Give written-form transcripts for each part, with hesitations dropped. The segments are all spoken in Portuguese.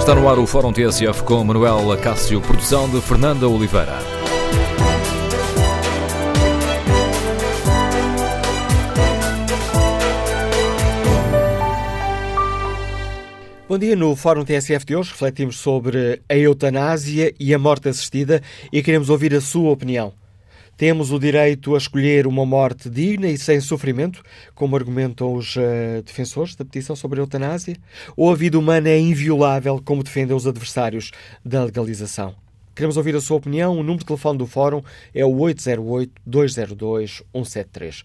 Está no ar o Fórum TSF com Manuel Acácio, produção de Fernanda Oliveira. Bom dia. No Fórum TSF de hoje refletimos sobre a eutanásia e a morte assistida e queremos ouvir a sua opinião. Temos o direito a escolher uma morte digna e sem sofrimento, como argumentam os defensores da petição sobre a eutanásia? Ou a vida humana é inviolável, como defendem os adversários da legalização? Queremos ouvir a sua opinião. O número de telefone do Fórum é o 808-202-173.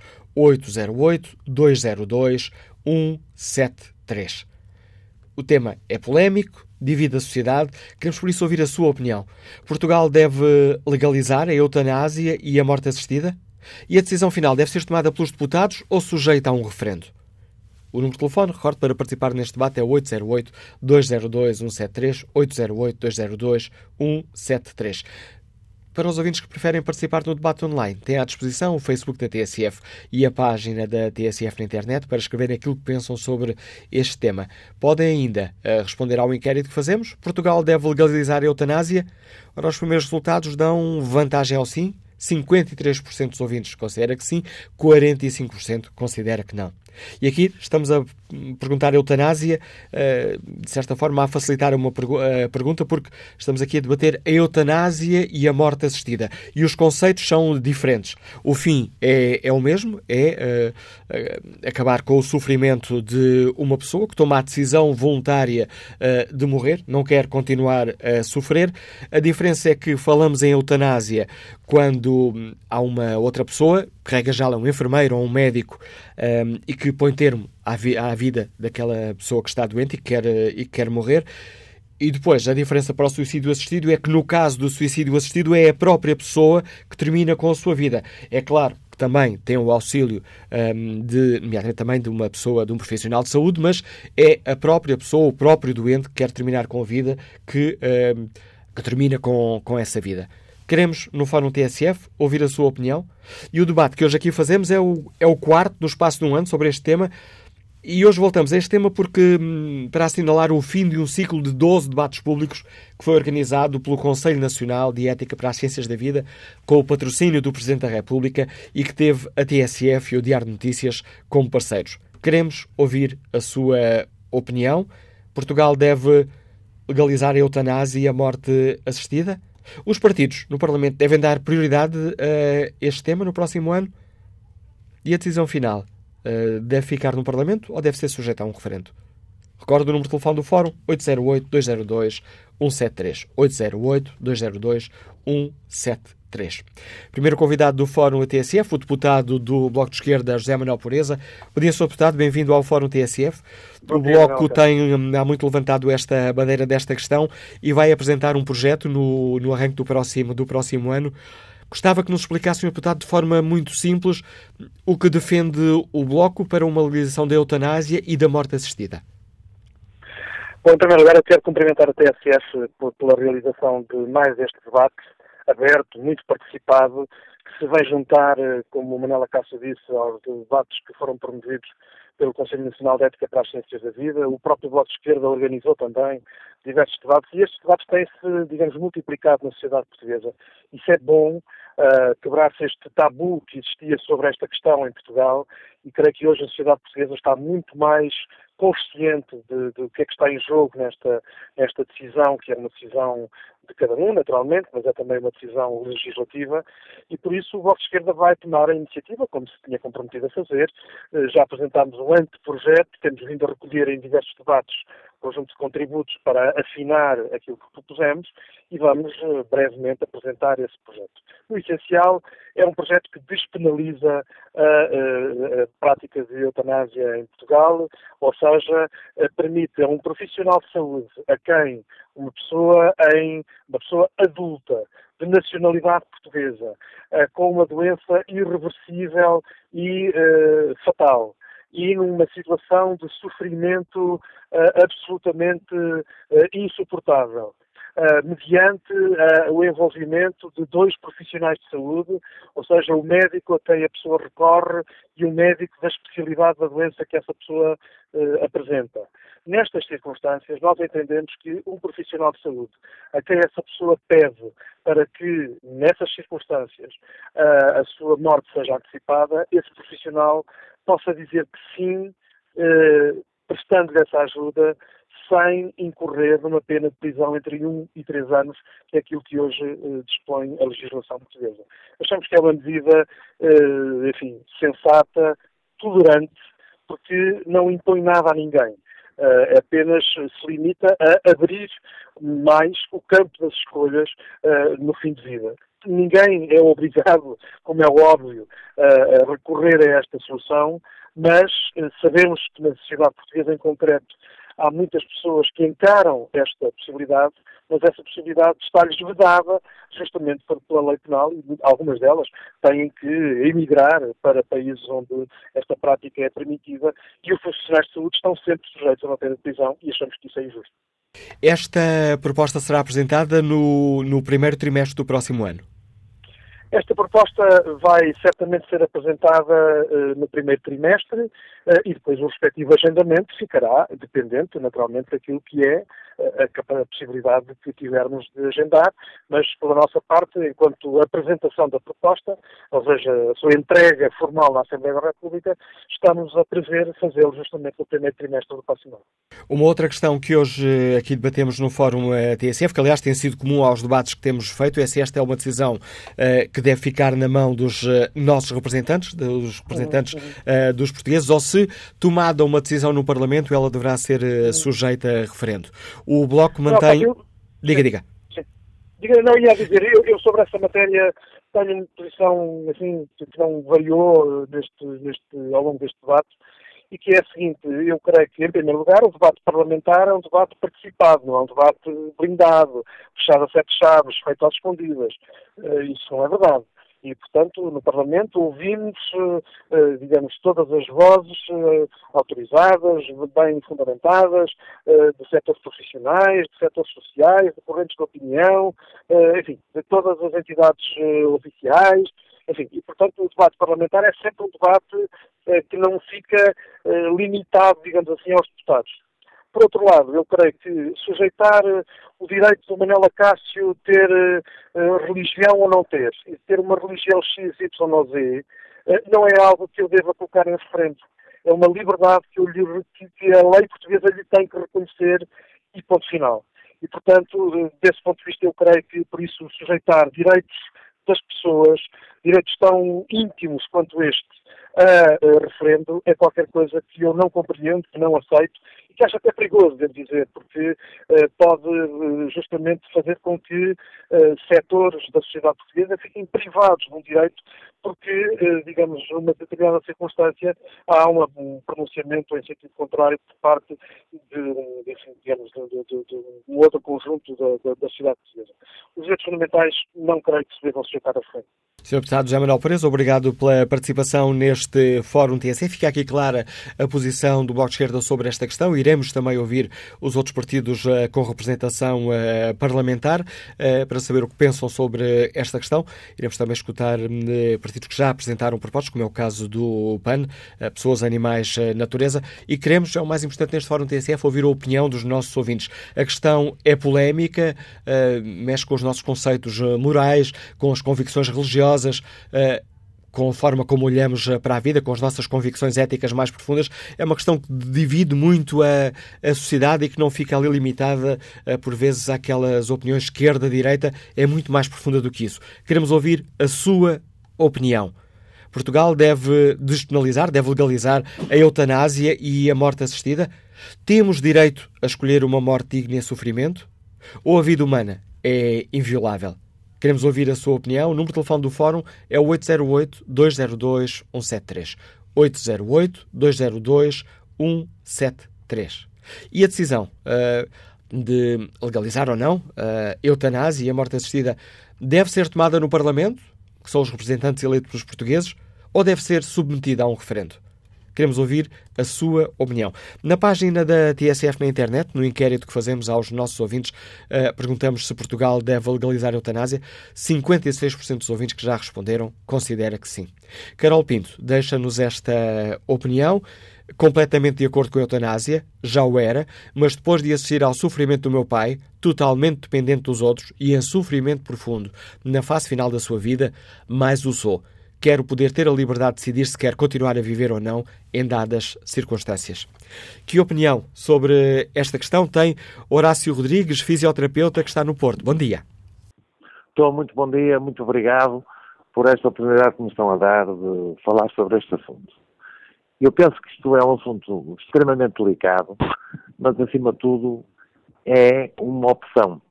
808-202-173. O tema é polémico, divide a sociedade. Queremos por isso ouvir a sua opinião. Portugal deve legalizar a eutanásia e a morte assistida? E a decisão final deve ser tomada pelos deputados ou sujeita a um referendo? O número de telefone, recordo, para participar neste debate é 808-202-173, 808-202-173. Para os ouvintes que preferem participar no debate online, têm à disposição o Facebook da TSF e a página da TSF na internet para escreverem aquilo que pensam sobre este tema. Podem ainda responder ao inquérito que fazemos. Portugal deve legalizar a eutanásia? Ora, os primeiros resultados dão vantagem ao sim. 53% dos ouvintes considera que sim, 45% considera que não. E aqui estamos a perguntar a eutanásia, de certa forma a facilitar uma pergunta, porque estamos aqui a debater a eutanásia e a morte assistida. E os conceitos são diferentes. O fim é o mesmo, é acabar com o sofrimento de uma pessoa que toma a decisão voluntária de morrer, não quer continuar a sofrer. A diferença é que falamos em eutanásia quando há uma outra pessoa, que regra já é um enfermeiro ou um médico, e que põe termo à vida daquela pessoa que está doente e que quer morrer. E depois, a diferença para o suicídio assistido é que, no caso do suicídio assistido, é a própria pessoa que termina com a sua vida. É claro que também tem o auxílio nomeadamente também de uma pessoa, de um profissional de saúde, mas é a própria pessoa, o próprio doente que quer terminar com a vida, que termina com essa vida. Queremos, no Fórum TSF, ouvir a sua opinião. E o debate que hoje aqui fazemos é o quarto no espaço de um ano sobre este tema. E hoje voltamos a este tema porque, para assinalar o fim de um ciclo de 12 debates públicos que foi organizado pelo Conselho Nacional de Ética para as Ciências da Vida, com o patrocínio do Presidente da República, e que teve a TSF e o Diário de Notícias como parceiros. Queremos ouvir a sua opinião. Portugal deve legalizar a eutanásia e a morte assistida? Os partidos no Parlamento devem dar prioridade a este tema no próximo ano? E a decisão final deve ficar no Parlamento ou deve ser sujeita a um referendo? Recordo o número de telefone do Fórum, 808-202-173. 808-202-173. Primeiro convidado do Fórum TSF, o deputado do Bloco de Esquerda, José Manuel Pureza. Bom dia, Sr. Deputado, bem-vindo ao Fórum TSF. O Bloco tem há muito levantado esta bandeira desta questão e vai apresentar um projeto no arranque do próximo ano. Gostava que nos explicasse, Sr. Deputado, de forma muito simples, o que defende o Bloco para uma legalização da eutanásia e da morte assistida. Bom, em primeiro lugar, eu quero cumprimentar a TSF pela realização de mais este debate aberto, muito participado, que se vai juntar, como o Manuel Acácio disse, aos debates que foram promovidos pelo Conselho Nacional de Ética para as Ciências da Vida. O próprio Bloco de Esquerda organizou também diversos debates e estes debates têm-se, digamos, multiplicado na sociedade portuguesa. Isso é bom, quebrar-se este tabu que existia sobre esta questão em Portugal, e creio que hoje a sociedade portuguesa está muito mais consciente do que é que está em jogo nesta decisão, que é uma decisão de cada um, naturalmente, mas é também uma decisão legislativa, e por isso o Bloco de Esquerda vai tomar a iniciativa, como se tinha comprometido a fazer. Já apresentámos um anteprojeto, temos vindo a recolher em diversos debates conjunto de contributos para afinar aquilo que propusemos e vamos brevemente apresentar esse projeto. No essencial, é um projeto que despenaliza a prática de eutanásia em Portugal, ou seja, permite a um profissional de saúde a quem uma pessoa adulta, de nacionalidade portuguesa, com uma doença irreversível e fatal, e numa situação de sofrimento absolutamente insuportável, mediante o envolvimento de dois profissionais de saúde, ou seja, o médico a quem a pessoa recorre e o médico da especialidade da doença que essa pessoa apresenta. Nestas circunstâncias, nós entendemos que um profissional de saúde, a quem essa pessoa pede para que, nessas circunstâncias, a sua morte seja antecipada, esse profissional possa dizer que sim, prestando-lhe essa ajuda, sem incorrer numa pena de prisão entre 1 e 3 anos, que é aquilo que hoje dispõe a legislação portuguesa. Achamos que é uma medida, sensata, tolerante, porque não impõe nada a ninguém. Apenas se limita a abrir mais o campo das escolhas no fim de vida. Ninguém é obrigado, como é óbvio, a recorrer a esta solução, mas sabemos que na sociedade portuguesa em concreto há muitas pessoas que encaram esta possibilidade, mas essa possibilidade está-lhes vedada justamente pela lei penal e algumas delas têm que emigrar para países onde esta prática é permitida e os profissionais de saúde estão sempre sujeitos a uma pena de prisão e achamos que isso é injusto. Esta proposta será apresentada no primeiro trimestre do próximo ano? Esta proposta vai certamente ser apresentada no primeiro trimestre e depois o respectivo agendamento ficará dependente, naturalmente, daquilo que é a possibilidade que tivermos de agendar, mas pela nossa parte, enquanto apresentação da proposta, ou seja, a sua entrega formal na Assembleia da República, estamos a prever fazê-lo justamente no primeiro trimestre do próximo ano. Uma outra questão que hoje aqui debatemos no Fórum TSF, que aliás tem sido comum aos debates que temos feito, é se esta é uma decisão que deve ficar na mão dos nossos representantes, dos portugueses, ou se, tomada uma decisão no Parlamento, ela deverá ser sujeita a referendo. O Bloco mantém... Diga. Sim. Não, ia dizer, eu sobre essa matéria tenho uma posição assim, que não variou ao longo deste debate, e que é a seguinte: eu creio que, em primeiro lugar, o debate parlamentar é um debate participado, não é um debate blindado, fechado a 7 chaves, feito às escondidas. Isso não é verdade. E, portanto, no Parlamento ouvimos, todas as vozes autorizadas, bem fundamentadas, de setores profissionais, de setores sociais, de correntes de opinião, de todas as entidades oficiais. E, portanto, o debate parlamentar é sempre um debate que não fica limitado, digamos assim, aos deputados. Por outro lado, eu creio que sujeitar o direito do Manuel Acácio ter religião ou não ter, e ter uma religião X, Y ou Z, não é algo que eu deva colocar em referendo. É uma liberdade que a lei portuguesa lhe tem que reconhecer e ponto final. E, portanto, desse ponto de vista, eu creio que, por isso, sujeitar direitos das pessoas, direitos tão íntimos quanto este, a referendo, é qualquer coisa que eu não compreendo, que não aceito, e que acho até perigoso, devo dizer, porque pode justamente fazer com que setores da sociedade portuguesa fiquem privados de um direito, porque, numa determinada circunstância, há um pronunciamento em sentido contrário por parte de um outro conjunto da sociedade portuguesa. Os direitos fundamentais não creio que se devam sujeitar a referendo. Sr. Deputado José Manuel Pereira, obrigado pela participação neste Fórum TSF. Fica aqui clara a posição do Bloco de Esquerda sobre esta questão. Iremos também ouvir os outros partidos com representação parlamentar para saber o que pensam sobre esta questão. Iremos também escutar partidos que já apresentaram propostas, como é o caso do PAN, Pessoas, Animais, Natureza, e queremos, é o mais importante neste Fórum TSF, ouvir a opinião dos nossos ouvintes. A questão é polémica, mexe com os nossos conceitos morais, com as convicções religiosas, com a forma como olhamos para a vida, com as nossas convicções éticas mais profundas. É uma questão que divide muito a sociedade e que não fica ali limitada, por vezes, àquelas opiniões esquerda-direita. É muito mais profunda do que isso. Queremos ouvir a sua opinião. Portugal deve despenalizar, deve legalizar a eutanásia e a morte assistida? Temos direito a escolher uma morte digna e sofrimento? Ou a vida humana é inviolável? Queremos ouvir a sua opinião. O número de telefone do Fórum é o 808-202-173. 808-202-173. E a decisão de legalizar ou não a eutanásia e a morte assistida deve ser tomada no Parlamento, que são os representantes eleitos pelos portugueses, ou deve ser submetida a um referendo? Queremos ouvir a sua opinião. Na página da TSF na internet, no inquérito que fazemos aos nossos ouvintes, perguntamos se Portugal deve legalizar a eutanásia. 56% dos ouvintes que já responderam considera que sim. Carol Pinto deixa-nos esta opinião. completamente de acordo com a eutanásia, já o era, mas depois de assistir ao sofrimento do meu pai, totalmente dependente dos outros e em sofrimento profundo, na fase final da sua vida, mais o sou. Quero poder ter a liberdade de decidir se quer continuar a viver ou não em dadas circunstâncias. Que opinião sobre esta questão tem Horácio Rodrigues, fisioterapeuta que está no Porto? Bom dia. Muito bom dia, muito obrigado por esta oportunidade que me estão a dar de falar sobre este assunto. Eu penso que isto é um assunto extremamente delicado, mas acima de tudo é uma opção.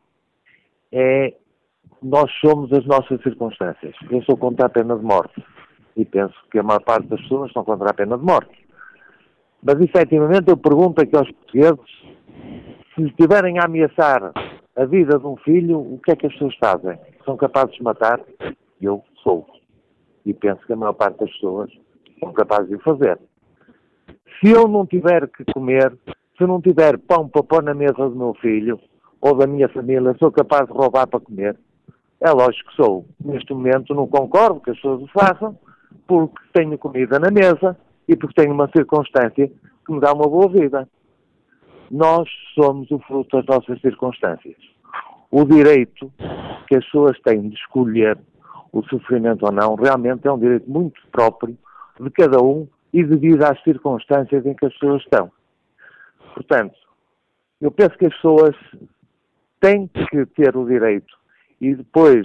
Nós somos as nossas circunstâncias. Eu sou contra a pena de morte e penso que a maior parte das pessoas são contra a pena de morte. Mas, efetivamente, eu pergunto aqui aos portugueses, se estiverem a ameaçar a vida de um filho, o que é que as pessoas fazem? São capazes de matar? Eu sou. E penso que a maior parte das pessoas são capazes de o fazer. Se eu não tiver que comer, se eu não tiver pão para pôr na mesa do meu filho ou da minha família, sou capaz de roubar para comer? É lógico que sou. Neste momento não concordo que as pessoas o façam, porque tenho comida na mesa e porque tenho uma circunstância que me dá uma boa vida. Nós somos o fruto das nossas circunstâncias. O direito que as pessoas têm de escolher o sofrimento ou não, realmente é um direito muito próprio de cada um e devido às circunstâncias em que as pessoas estão. Portanto, eu penso que as pessoas têm que ter o direito e depois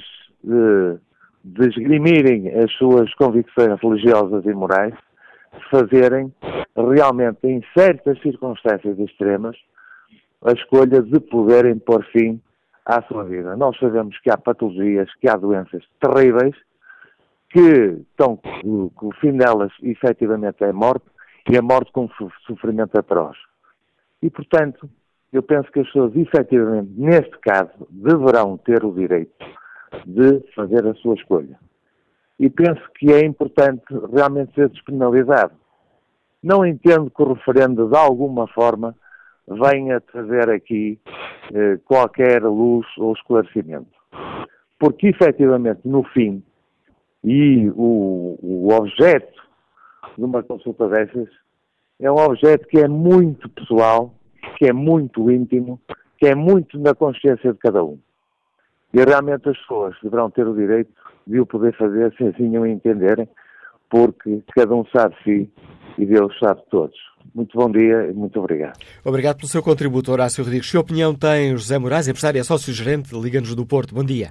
de esgrimirem as suas convicções religiosas e morais, fazerem realmente, em certas circunstâncias extremas, a escolha de poderem pôr fim à sua vida. Nós sabemos que há patologias, que há doenças terríveis, que o fim delas, efetivamente, é a morte, e a morte com sofrimento atroz. E, portanto, eu penso que as pessoas, efetivamente, neste caso, deverão ter o direito de fazer a sua escolha. E penso que é importante realmente ser despenalizado. Não entendo que o referendo, de alguma forma, venha trazer aqui qualquer luz ou esclarecimento. Porque, efetivamente, no fim, e o objeto de uma consulta dessas é um objeto que é muito pessoal, que é muito íntimo, que é muito na consciência de cada um. E realmente as pessoas deverão ter o direito de o poder fazer se assim o entenderem, porque cada um sabe de si e Deus sabe de todos. Muito bom dia e muito obrigado. Obrigado pelo seu contributo, Horácio Rodrigues. Que opinião tem o José Moraes, empresário e sócio-gerente Liga-nos do Porto? Bom dia.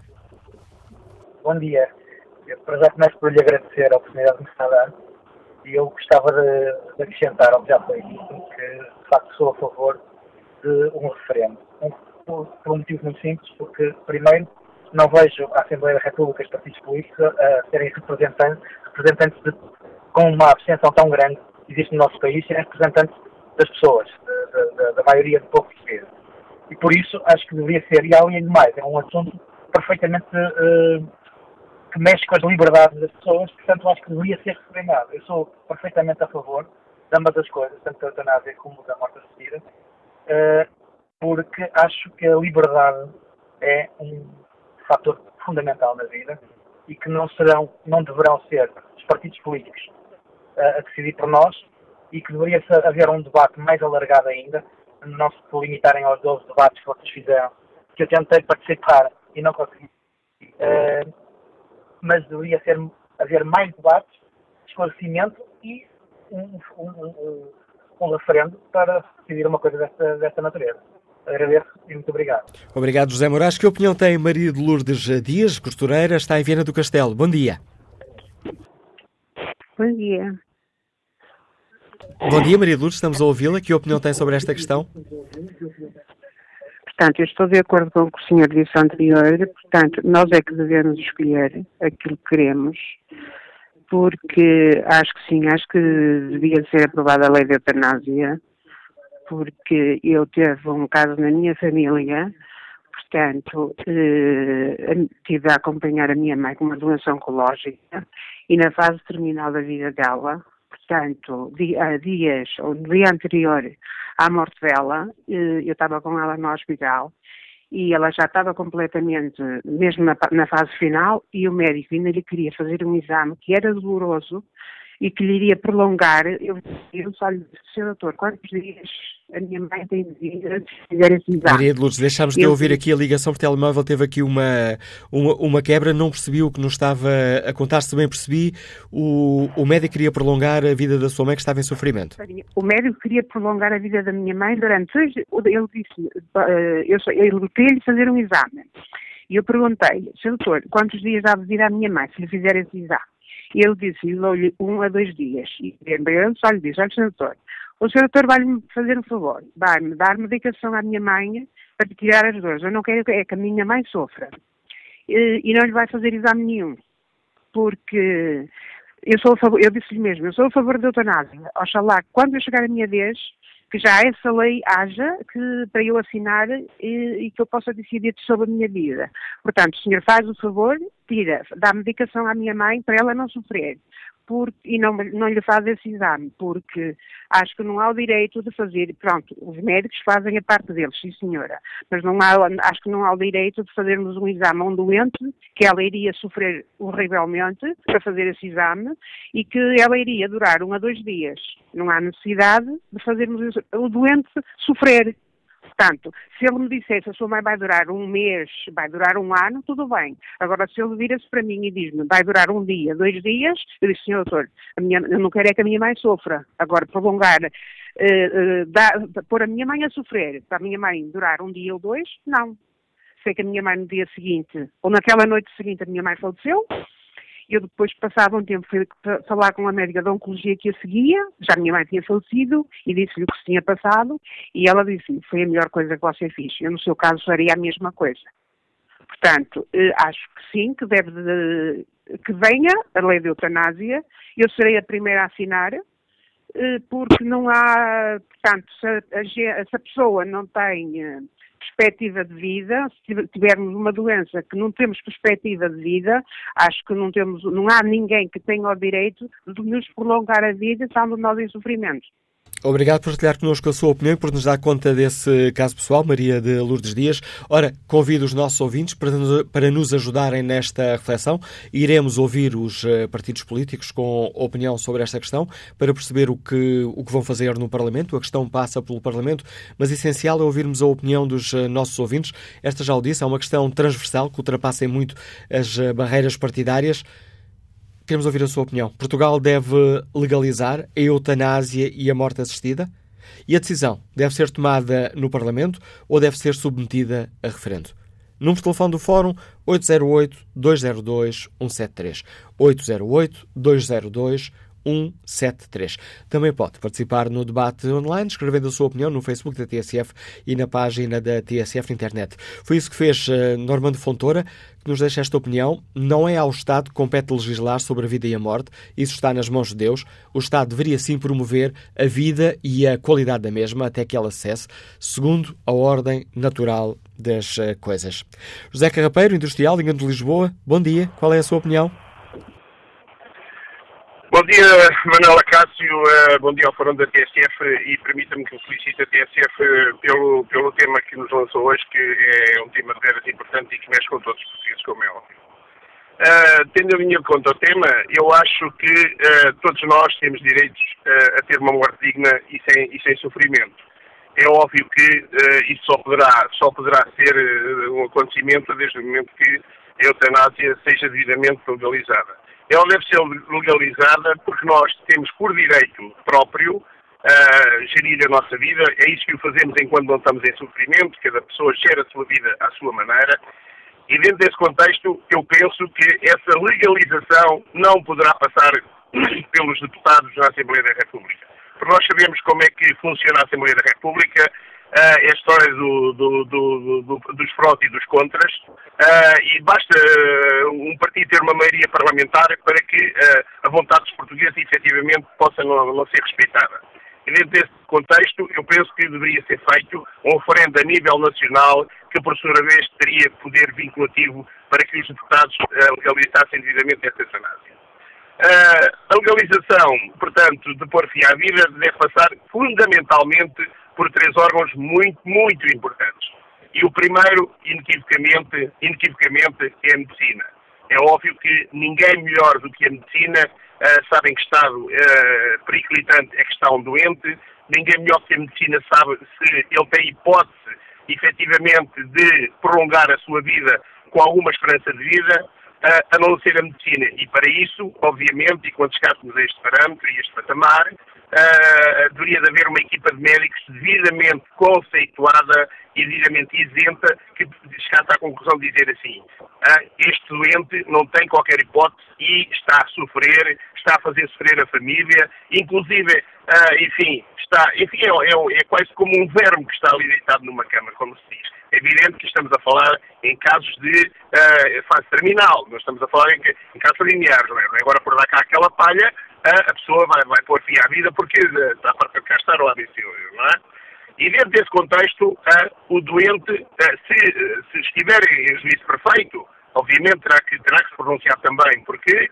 Bom dia. Eu, para já, começo por lhe agradecer a oportunidade que me está a dar. E eu gostava de acrescentar ao que já foi dito, que de facto sou a favor de um referendo. Por um motivo muito simples, porque, primeiro, não vejo a Assembleia da República e os partidos políticos a serem representantes com uma abstenção tão grande que existe no nosso país, serem representantes das pessoas, da maioria do povo português. E por isso acho que deveria ser, e além de mais, é um assunto perfeitamente que mexe com as liberdades das pessoas, portanto acho que deveria ser referendado. Eu sou perfeitamente a favor de ambas as coisas, tanto da eutanásia como da morte assistida, porque acho que a liberdade é um fator fundamental na vida e que não deverão ser os partidos políticos a decidir por nós e que deveria haver um debate mais alargado ainda, não se limitarem aos 12 debates que vocês fizeram, que eu tentei participar e não consegui. Mas deveria haver mais debates, esclarecimento e um referendo para decidir uma coisa desta natureza. Agradeço e muito obrigado. Obrigado, José Moraes. Que opinião tem Maria de Lourdes Dias, costureira, está em Viana do Castelo? Bom dia. Bom dia. Bom dia, Maria de Lourdes, estamos a ouvi-la. Que opinião tem sobre esta questão? Portanto, eu estou de acordo com o que o senhor disse anterior. Portanto, nós é que devemos escolher aquilo que queremos, porque acho que sim, acho que devia ser aprovada a lei da eutanásia, porque eu tive um caso na minha família, portanto, tive a acompanhar a minha mãe com uma doença oncológica e na fase terminal da vida dela, portanto, no dia anterior à morte dela, eu estava com ela no hospital e ela já estava completamente, mesmo na fase final, e o médico ainda lhe queria fazer um exame que era doloroso, e que lhe iria prolongar, eu só lhe disse, Sr. Doutor, quantos dias a minha mãe tem de vir se fizer esse exame? Maria de Lourdes, deixámos de ouvir aqui a ligação por telemóvel, teve aqui uma quebra, não percebi o que nos estava a contar, se bem percebi, o médico queria prolongar a vida da sua mãe que estava em sofrimento. O médico queria prolongar a vida da minha mãe durante 6 dias, ele disse, ele queria-lhe fazer um exame. E eu perguntei-lhe, Sr. Doutor, quantos dias há de vir à minha mãe se lhe fizer esse exame? E ele disse, dou-lhe 1 a 2 dias. E eu só lhe disse, olha, Sr. Doutor, o Sr. Doutor vai-me fazer um favor, vai-me dar medicação à minha mãe para lhe tirar as dores. Eu não quero que a minha mãe sofra. E não lhe vai fazer exame nenhum. Porque eu disse-lhe mesmo, eu sou a favor da eutanásia. Oxalá, quando eu chegar a minha vez, que já essa lei haja para eu assinar e que eu possa decidir sobre a minha vida. Portanto, o senhor faz o favor, dá medicação à minha mãe para ela não sofrer. E não lhe faz esse exame, porque acho que não há o direito de fazer, pronto, os médicos fazem a parte deles, sim senhora, mas acho que não há o direito de fazermos um exame a um doente, que ela iria sofrer horrivelmente para fazer esse exame, e que ela iria durar 1 a 2 dias. Não há necessidade de fazermos o doente sofrer. Portanto, se ele me dissesse a sua mãe vai durar 1 mês, vai durar 1 ano, tudo bem. Agora, se ele vira-se para mim e diz-me vai durar 1 dia, 2 dias, eu disse, senhor doutor, eu não quero é que a minha mãe sofra. Agora, prolongar, pôr a minha mãe a sofrer, para a minha mãe durar 1 dia ou 2, não. Sei que a minha mãe no dia seguinte, ou naquela noite seguinte, a minha mãe faleceu. Eu depois, passava um tempo, fui falar com a médica da oncologia que a seguia, já a minha mãe tinha falecido, e disse-lhe o que se tinha passado, e ela disse-me, foi a melhor coisa que você fez. Eu, no seu caso, faria a mesma coisa. Portanto, acho que sim, que que venha a lei de eutanásia, eu serei a primeira a assinar, porque não há, portanto, se a pessoa não tem perspectiva de vida, se tivermos uma doença que não temos perspectiva de vida, acho que não há ninguém que tenha o direito de nos prolongar a vida estando nós em sofrimento. Obrigado por partilhar connosco a sua opinião e por nos dar conta desse caso pessoal, Maria de Lourdes Dias. Ora, convido os nossos ouvintes para nos ajudarem nesta reflexão. Iremos ouvir os partidos políticos com opinião sobre esta questão para perceber o que vão fazer no Parlamento. A questão passa pelo Parlamento, mas essencial é ouvirmos a opinião dos nossos ouvintes. Esta, já o disse, é uma questão transversal que ultrapassa em muito as barreiras partidárias. Queremos ouvir a sua opinião. Portugal deve legalizar a eutanásia e a morte assistida? E a decisão deve ser tomada no Parlamento ou deve ser submetida a referendo? Número de telefone do Fórum 808-202-173. 808-202-173. Também pode participar no debate online, escrevendo a sua opinião no Facebook da TSF e na página da TSF na internet. Foi isso que fez Normando Fontoura, que nos deixa esta opinião. Não é ao Estado que compete legislar sobre a vida e a morte. Isso está nas mãos de Deus. O Estado deveria sim promover a vida e a qualidade da mesma até que ela cesse, segundo a ordem natural das coisas. José Carrapeiro, industrial, Engenho de Lisboa. Bom dia. Qual é a sua opinião? Bom dia, Manuela Cássio, bom dia ao Fórum da TSF e permita-me que eu felicite a TSF pelo tema que nos lançou hoje, que é um tema de veras importante e que mexe com todos os portugueses, como é óbvio. Tendo a linha de conta o tema, eu acho que todos nós temos direitos a ter uma morte digna e sem sofrimento. É óbvio que isso só poderá ser um acontecimento desde o momento que a eutanásia seja devidamente legalizada. Ela deve ser legalizada porque nós temos por direito próprio gerir a nossa vida. É isso que o fazemos enquanto não estamos em sofrimento. Cada pessoa gera a sua vida à sua maneira. E dentro desse contexto, eu penso que essa legalização não poderá passar pelos deputados na Assembleia da República. Porque nós sabemos como é que funciona a Assembleia da República. É a história dos prós e dos contras, e basta um partido ter uma maioria parlamentar para que a vontade dos portugueses efetivamente possa não ser respeitada. E dentro desse contexto, eu penso que deveria ser feito um referendo a nível nacional que, por sua vez, teria poder vinculativo para que os deputados legalizassem devidamente esta eutanásia. A legalização, portanto, de pôr fim à vida deve passar fundamentalmente por 3 órgãos muito, muito importantes. E o primeiro, inequivocamente, é a medicina. É óbvio que ninguém melhor do que a medicina sabe em que estado periclitante é que está um doente. Ninguém melhor que a medicina sabe se ele tem hipótese, efetivamente, de prolongar a sua vida com alguma esperança de vida, a não ser a medicina. E para isso, obviamente, e quando chegássemos a este parâmetro e este patamar, deveria de haver uma equipa de médicos devidamente conceituada e devidamente isenta que chegasse à conclusão de dizer assim: este doente não tem qualquer hipótese e está a sofrer, está a fazer sofrer a família, inclusive, é quase como um verme que está ali deitado numa cama, como se diz. É evidente que estamos a falar em casos de fase terminal, não estamos a falar em casos lineares, não é? Agora, por dar cá aquela palha, a pessoa vai pôr fim à vida porque está para cá estar o ABC, não é? E dentro desse contexto, o doente, se estiver em juízo perfeito, obviamente terá que se pronunciar também, porque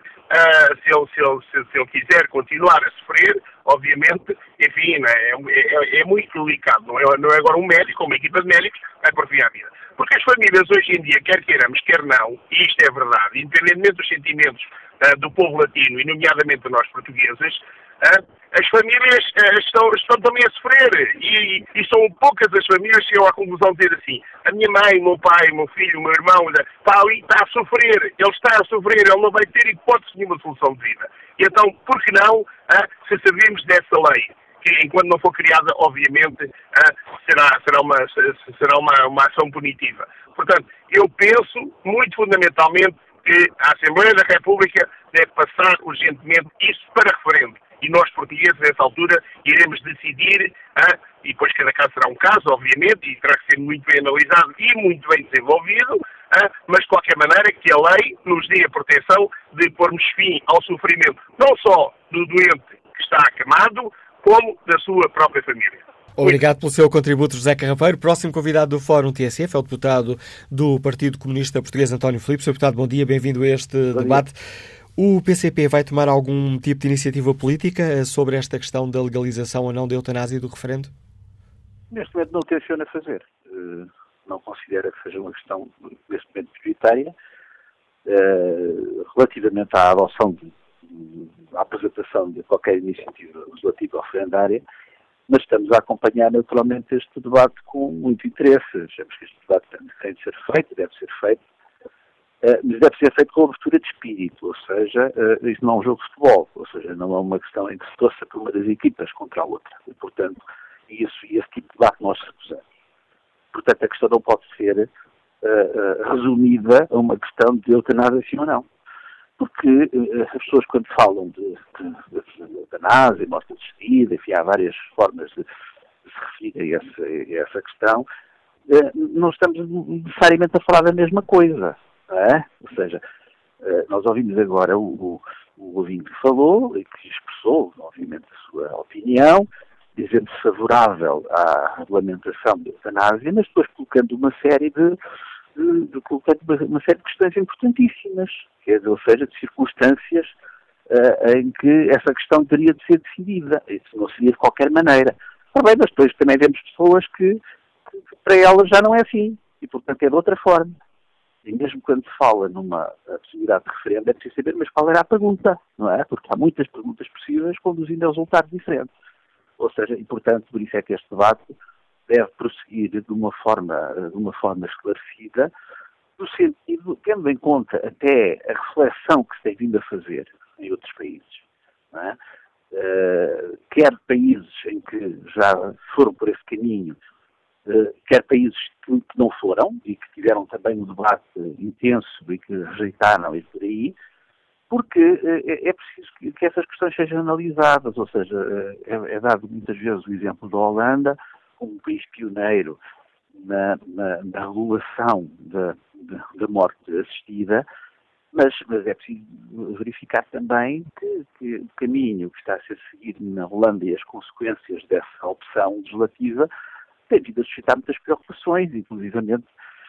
se ele quiser continuar a sofrer, obviamente, enfim, é muito delicado. Não é agora um médico ou uma equipa de médicos que vai pôr fim à vida. Porque as famílias hoje em dia, quer queiramos, quer não, e isto é verdade, independentemente dos sentimentos do povo latino, e nomeadamente de nós portugueses, as famílias estão também a sofrer e são poucas as famílias que chegam à conclusão de dizer assim: a minha mãe, o meu pai, o meu filho, o meu irmão está ali, está a sofrer, ele não vai ter hipótese nenhuma de solução de vida. E então, por que não, se sabemos dessa lei, que enquanto não for criada, obviamente, será uma ação punitiva. Portanto, eu penso muito fundamentalmente que a Assembleia da República deve passar urgentemente isso para referendo. E nós, portugueses, nessa altura, iremos decidir, e depois cada caso será um caso, obviamente, e terá que ser muito bem analisado e muito bem desenvolvido, mas, de qualquer maneira, que a lei nos dê a proteção de pormos fim ao sofrimento, não só do doente que está acamado, como da sua própria família. Obrigado pelo seu contributo, José Carrapeiro. Próximo convidado do Fórum TSF é o deputado do Partido Comunista Português, António Filipe. Sr. deputado, bom dia, bem-vindo a este debate. O PCP vai tomar algum tipo de iniciativa política sobre esta questão da legalização ou não da eutanásia e do referendo? Neste momento não tenciona fazer. Não considera que seja uma questão, neste momento, prioritária. Relativamente à adoção, à apresentação de qualquer iniciativa legislativa ou referendária, mas estamos a acompanhar naturalmente este debate com muito interesse. Achamos que este debate tem de ser feito, deve ser feito, mas deve ser feito com abertura de espírito, ou seja, isto não é um jogo de futebol, ou seja, não é uma questão em que se torça por uma das equipas contra a outra. E, portanto, esse tipo de debate nós recusamos. Portanto, a questão não pode ser resumida a uma questão de eutanásia sim ou não. Porque as pessoas, quando falam de eutanásia, morte assistida, enfim, há várias formas de se referir a essa questão, não estamos necessariamente a falar da mesma coisa. Não é? Ou seja, nós ouvimos agora o ouvinte que falou e que expressou, obviamente, a sua opinião, dizendo-se favorável à regulamentação da eutanásia, mas depois colocando uma série de questões importantíssimas, ou seja, de circunstâncias em que essa questão teria de ser decidida. Isso não seria de qualquer maneira. Bem, mas depois também vemos pessoas que para elas já não é assim, e portanto é de outra forma. E mesmo quando se fala numa possibilidade de referendo, é preciso saber, mas qual era a pergunta, não é? Porque há muitas perguntas possíveis conduzindo a resultados diferentes. Ou seja, e portanto, por isso é que este debate deve prosseguir de uma forma esclarecida, no sentido, tendo em conta até a reflexão que se tem vindo a fazer em outros países, não é? Quer países em que já foram por esse caminho, quer países que não foram e que tiveram também um debate intenso e que rejeitaram isso por aí, porque é preciso que essas questões sejam analisadas, ou seja, é dado muitas vezes o exemplo da Holanda como um país pioneiro na regulação da morte assistida, mas é preciso verificar também que o caminho que está a ser seguido na Holanda e as consequências dessa opção legislativa tem vindo a suscitar muitas preocupações, inclusivamente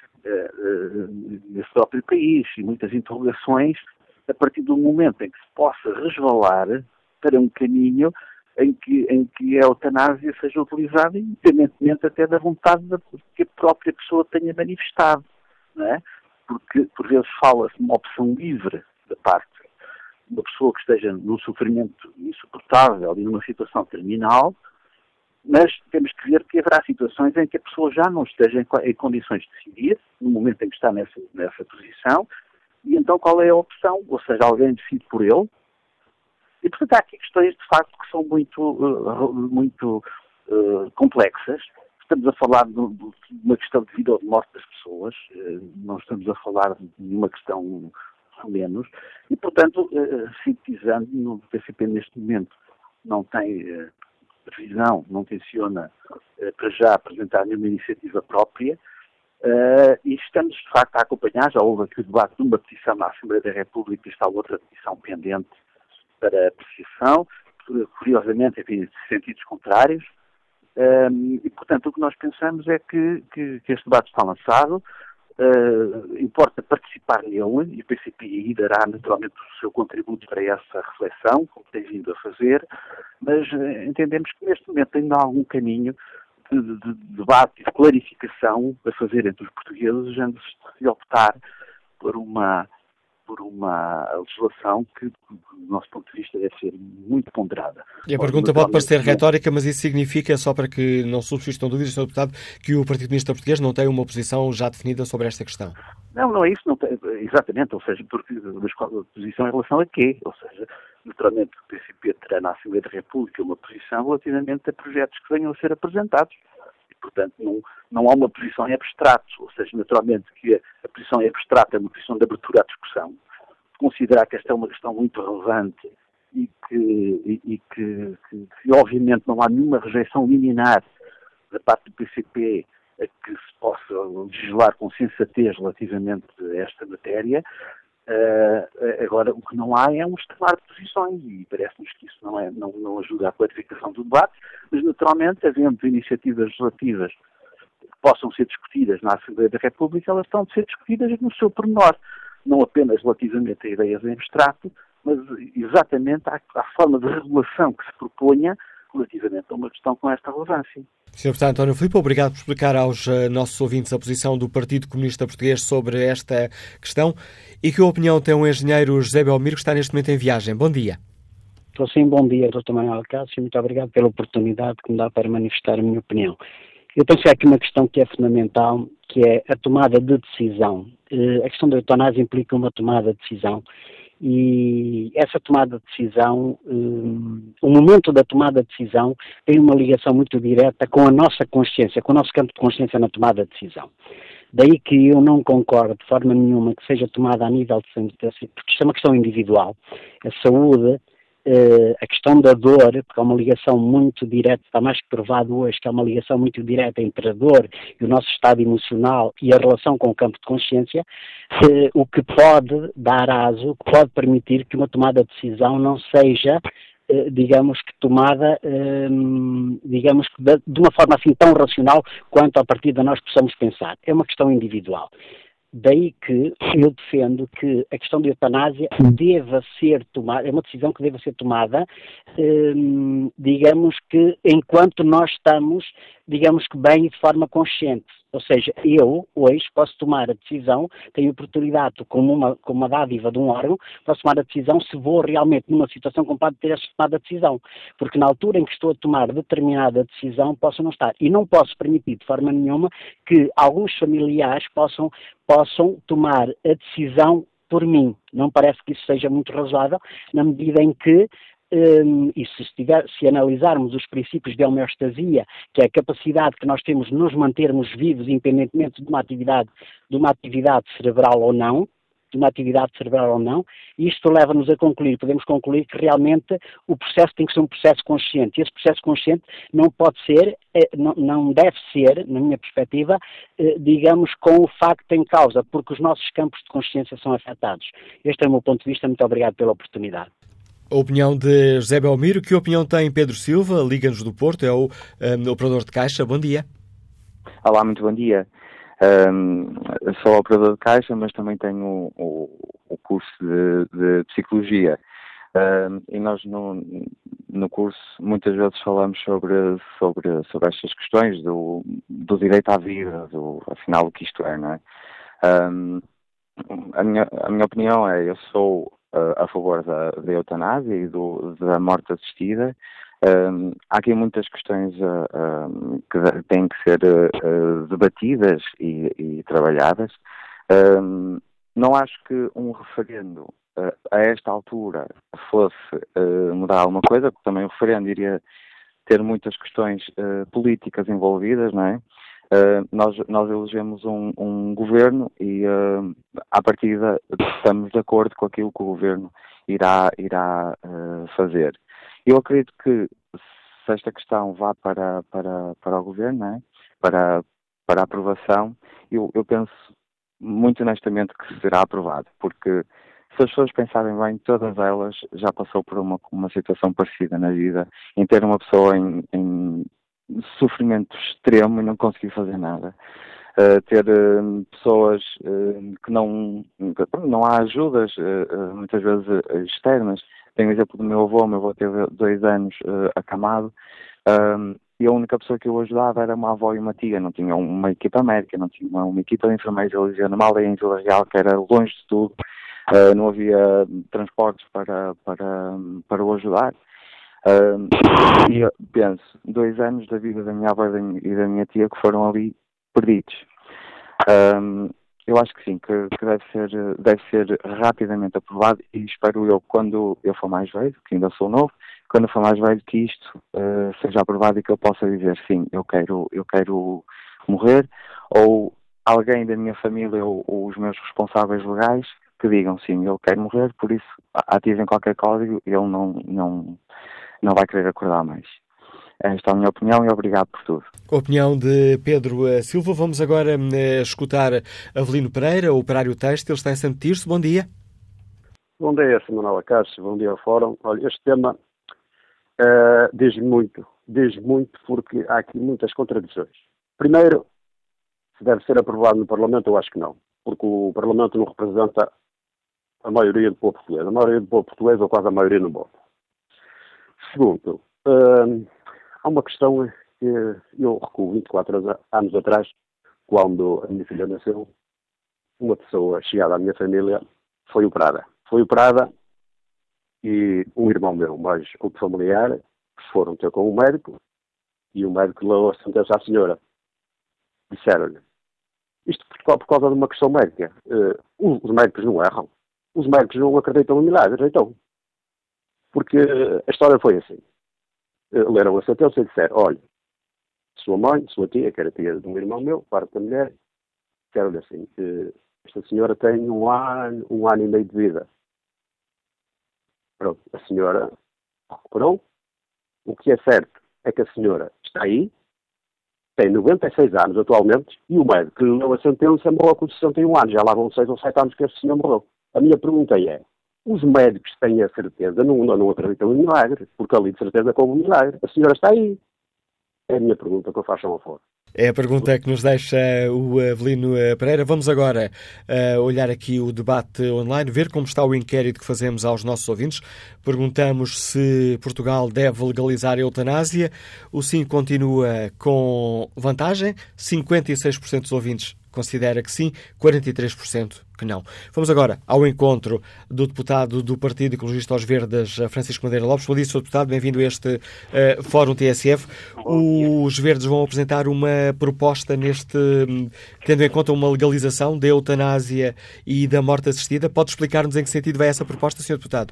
nesse próprio país, e muitas interrogações a partir do momento em que se possa resvalar para um caminho em que a eutanásia seja utilizada, independentemente até da vontade que a própria pessoa tenha manifestado, não é? Porque, por vezes, fala-se de uma opção livre da parte uma pessoa que esteja num sofrimento insuportável e numa situação terminal, mas temos que ver que haverá situações em que a pessoa já não esteja em condições de decidir, no momento em que está nessa posição, e então qual é a opção? Ou seja, alguém decide por ele. E, portanto, há aqui questões, de facto, que são muito complexas. Estamos a falar de uma questão de vida ou de morte das pessoas, não estamos a falar de uma questão menos, e, portanto, sintetizando, no PCP neste momento não tem previsão, não tenciona para já apresentar nenhuma iniciativa própria, e estamos, de facto, a acompanhar. Já houve aqui o debate de uma petição na Assembleia da República e está outra petição pendente para apreciação, curiosamente, enfim, sentidos contrários, e, portanto, o que nós pensamos é que este debate está lançado, importa participar nele, e o PCP dará naturalmente o seu contributo para essa reflexão, como tem vindo a fazer, mas entendemos que neste momento ainda há algum caminho de debate e de clarificação a fazer entre os portugueses, antes de optar por uma legislação que, do nosso ponto de vista, deve ser muito ponderada. E a pergunta pode parecer retórica, mas isso significa, só para que não subsistam dúvidas, Sr. Deputado, que o Partido Comunista Português não tem uma posição já definida sobre esta questão? Não é isso, não tem, exatamente, ou seja, porque a posição em relação a quê? Ou seja, naturalmente o PCP terá na Assembleia da República uma posição relativamente a projetos que venham a ser apresentados. Portanto, não há uma posição em abstrato, ou seja, naturalmente que a posição em abstrato é uma posição de abertura à discussão, considerar que esta é uma questão muito relevante e que obviamente não há nenhuma rejeição liminar da parte do PCP a que se possa legislar com sensatez relativamente a esta matéria. Agora, o que não há é um extremar de posições, e parece-nos que isso não ajuda à clarificação do debate, mas naturalmente, havendo iniciativas legislativas que possam ser discutidas na Assembleia da República, elas estão de ser discutidas no seu pormenor, não apenas relativamente a ideias em abstrato, mas exatamente à forma de regulação que se proponha relativamente a uma questão com esta relevância. Sr. Deputado António Filipe, obrigado por explicar aos nossos ouvintes a posição do Partido Comunista Português sobre esta questão. E que opinião tem o engenheiro José Belmiro, que está neste momento em viagem? Bom dia. Estou sim, bom dia, Dr. Manuel Cássio, muito obrigado pela oportunidade que me dá para manifestar a minha opinião. Eu penso que há aqui uma questão que é fundamental, que é a tomada de decisão. A questão da eutanásia implica uma tomada de decisão, e essa tomada de decisão, o momento da tomada de decisão tem uma ligação muito direta com a nossa consciência, com o nosso campo de consciência na tomada de decisão. Daí que eu não concordo de forma nenhuma que seja tomada a nível de saúde, porque isto é uma questão individual. A saúde, a questão da dor, porque há uma ligação muito direta, está mais que provado hoje que há uma ligação muito direta entre a dor e o nosso estado emocional e a relação com o campo de consciência, o que pode dar aso, o que pode permitir que uma tomada de decisão não seja, digamos que tomada, digamos que de uma forma assim tão racional quanto a partir de nós possamos pensar. É uma questão individual. Daí que eu defendo que a questão da eutanásia deva ser tomada, é uma decisão que deva ser tomada, digamos que enquanto nós estamos, digamos que bem e de forma consciente. Ou seja, eu hoje posso tomar a decisão, tenho oportunidade, como uma dádiva de um órgão, posso tomar a decisão se vou realmente numa situação como pode ter essa tomada decisão. Porque na altura em que estou a tomar determinada decisão, posso não estar. E não posso permitir de forma nenhuma que alguns familiares possam tomar a decisão por mim. Não parece que isso seja muito razoável, na medida em que e se analisarmos os princípios de homeostasia, que é a capacidade que nós temos de nos mantermos vivos independentemente de uma atividade cerebral ou não, isto leva-nos a concluir, podemos concluir que realmente o processo tem que ser um processo consciente, e esse processo consciente não pode ser, não deve ser, na minha perspectiva, digamos, com o facto em causa, porque os nossos campos de consciência são afetados. Este é o meu ponto de vista, muito obrigado pela oportunidade. A opinião de José Belmiro. Que opinião tem Pedro Silva, Liga-nos do Porto, é o operador de caixa. Bom dia. Olá, muito bom dia. Sou operador de caixa, mas também tenho o curso de Psicologia. E nós no curso muitas vezes falamos sobre estas questões do direito à vida, afinal o que isto é, não é? A minha opinião é, eu sou a favor da eutanásia e da morte assistida. Há aqui muitas questões que têm que ser debatidas e trabalhadas. Não acho que um referendo a esta altura fosse mudar alguma coisa, porque também o referendo iria ter muitas questões políticas envolvidas, não é? Nós elegemos um governo e, à partida, estamos de acordo com aquilo que o governo irá fazer. Eu acredito que se esta questão vá para o governo, não é? para a aprovação, eu penso muito honestamente que será aprovado, porque se as pessoas pensarem bem, todas elas já passou por uma situação parecida na vida, em ter uma pessoa em sofrimento extremo e não conseguir fazer nada. Ter pessoas que não há ajudas, muitas vezes externas. Tenho o exemplo do meu avô teve 2 anos acamado, e a única pessoa que eu ajudava era uma avó e uma tia, não tinha uma equipa médica, não tinha uma equipa de enfermeiros. Ele dizia numa aldeia em Vila Real que era longe de tudo, não havia transportes para o ajudar. E eu penso, 2 anos da vida da minha avó e da minha tia que foram ali perdidos. Eu acho que sim, que deve ser rapidamente aprovado, e espero eu, quando eu for mais velho, que ainda sou novo, quando eu for mais velho, que isto seja aprovado e que eu possa dizer sim, eu quero morrer, ou alguém da minha família ou os meus responsáveis legais que digam sim, eu quero morrer, por isso ativem qualquer código e ele não vai querer acordar mais. Esta é a minha opinião e obrigado por tudo. Opinião de Pedro Silva. Vamos agora escutar Avelino Pereira, operário têxtil, está em Santo Tirso. Bom dia. Bom dia, Sr. Manuel Acácio. Bom dia ao Fórum. Olha, este tema diz muito porque há aqui muitas contradições. Primeiro, se deve ser aprovado no Parlamento, eu acho que não, porque o Parlamento não representa a maioria do povo português. A maioria do povo português, ou quase a maioria, não vota. Segundo, há uma questão que eu recuo 24 anos atrás, quando a minha filha nasceu, uma pessoa chegada à minha família foi operada. Foi operada e um irmão meu, mais outro familiar, foram ter com o médico e o médico leu a sentença à senhora. Disseram-lhe, isto por causa de uma questão médica. Os médicos não erram. Os médicos não acreditam em milagres, então. Porque a história foi assim. Leram a sentença e disseram, olha, sua mãe, sua tia, que era tia de um irmão meu, parte da mulher, disseram-lhe assim, esta senhora tem um ano e meio de vida. Pronto, a senhora recuperou. O que é certo é que a senhora está aí, tem 96 anos atualmente, e o médico que lhe deu a sentença morreu com 61 anos. Já lá vão 6 ou 7 anos que este senhor morreu. A minha pergunta é, os médicos têm a certeza, não acreditam em milagres, porque ali de certeza que houve um milagre. A senhora está aí. É a minha pergunta que eu faço ao fora. É a pergunta que nos deixa o Avelino Pereira. Vamos agora olhar aqui o debate online, ver como está o inquérito que fazemos aos nossos ouvintes. Perguntamos se Portugal deve legalizar a eutanásia. O sim continua com vantagem. 56% dos ouvintes considera que sim, 43% que não. Vamos agora ao encontro do deputado do Partido Ecologista aos Verdes, Francisco Madeira Lopes. Bom dia, Sr. Deputado, bem-vindo a este Fórum TSF. Os Verdes vão apresentar uma proposta tendo em conta uma legalização da eutanásia e da morte assistida. Pode explicar-nos em que sentido vai essa proposta, Sr. Deputado?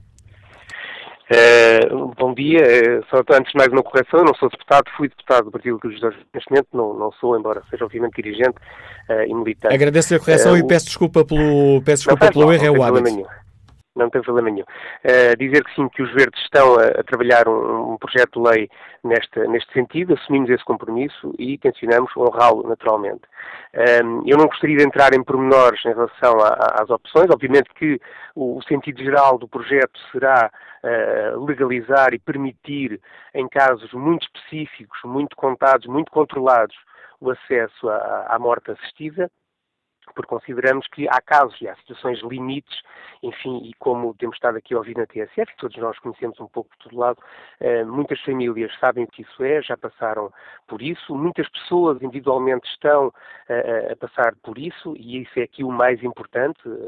Bom dia. Só antes de mais uma correção, eu não sou deputado, fui deputado do Partido Ecologista. Neste momento não sou, embora seja obviamente dirigente e militante. Agradeço a correção e peço desculpa pelo erro, é o hábito. Não tem problema nenhum. Dizer que sim, que os Verdes estão a trabalhar um projeto de lei neste sentido, assumimos esse compromisso e tencionamos honrá-lo naturalmente. Eu não gostaria de entrar em pormenores em relação às opções. Obviamente que o sentido geral do projeto será legalizar e permitir, em casos muito específicos, muito contados, muito controlados, o acesso à morte assistida, porque consideramos que há casos e há situações limites, enfim, e como temos estado aqui a ouvir na TSF, todos nós conhecemos um pouco de todo lado, muitas famílias sabem o que isso é, já passaram por isso, muitas pessoas individualmente estão a passar por isso, e isso é aqui o mais importante,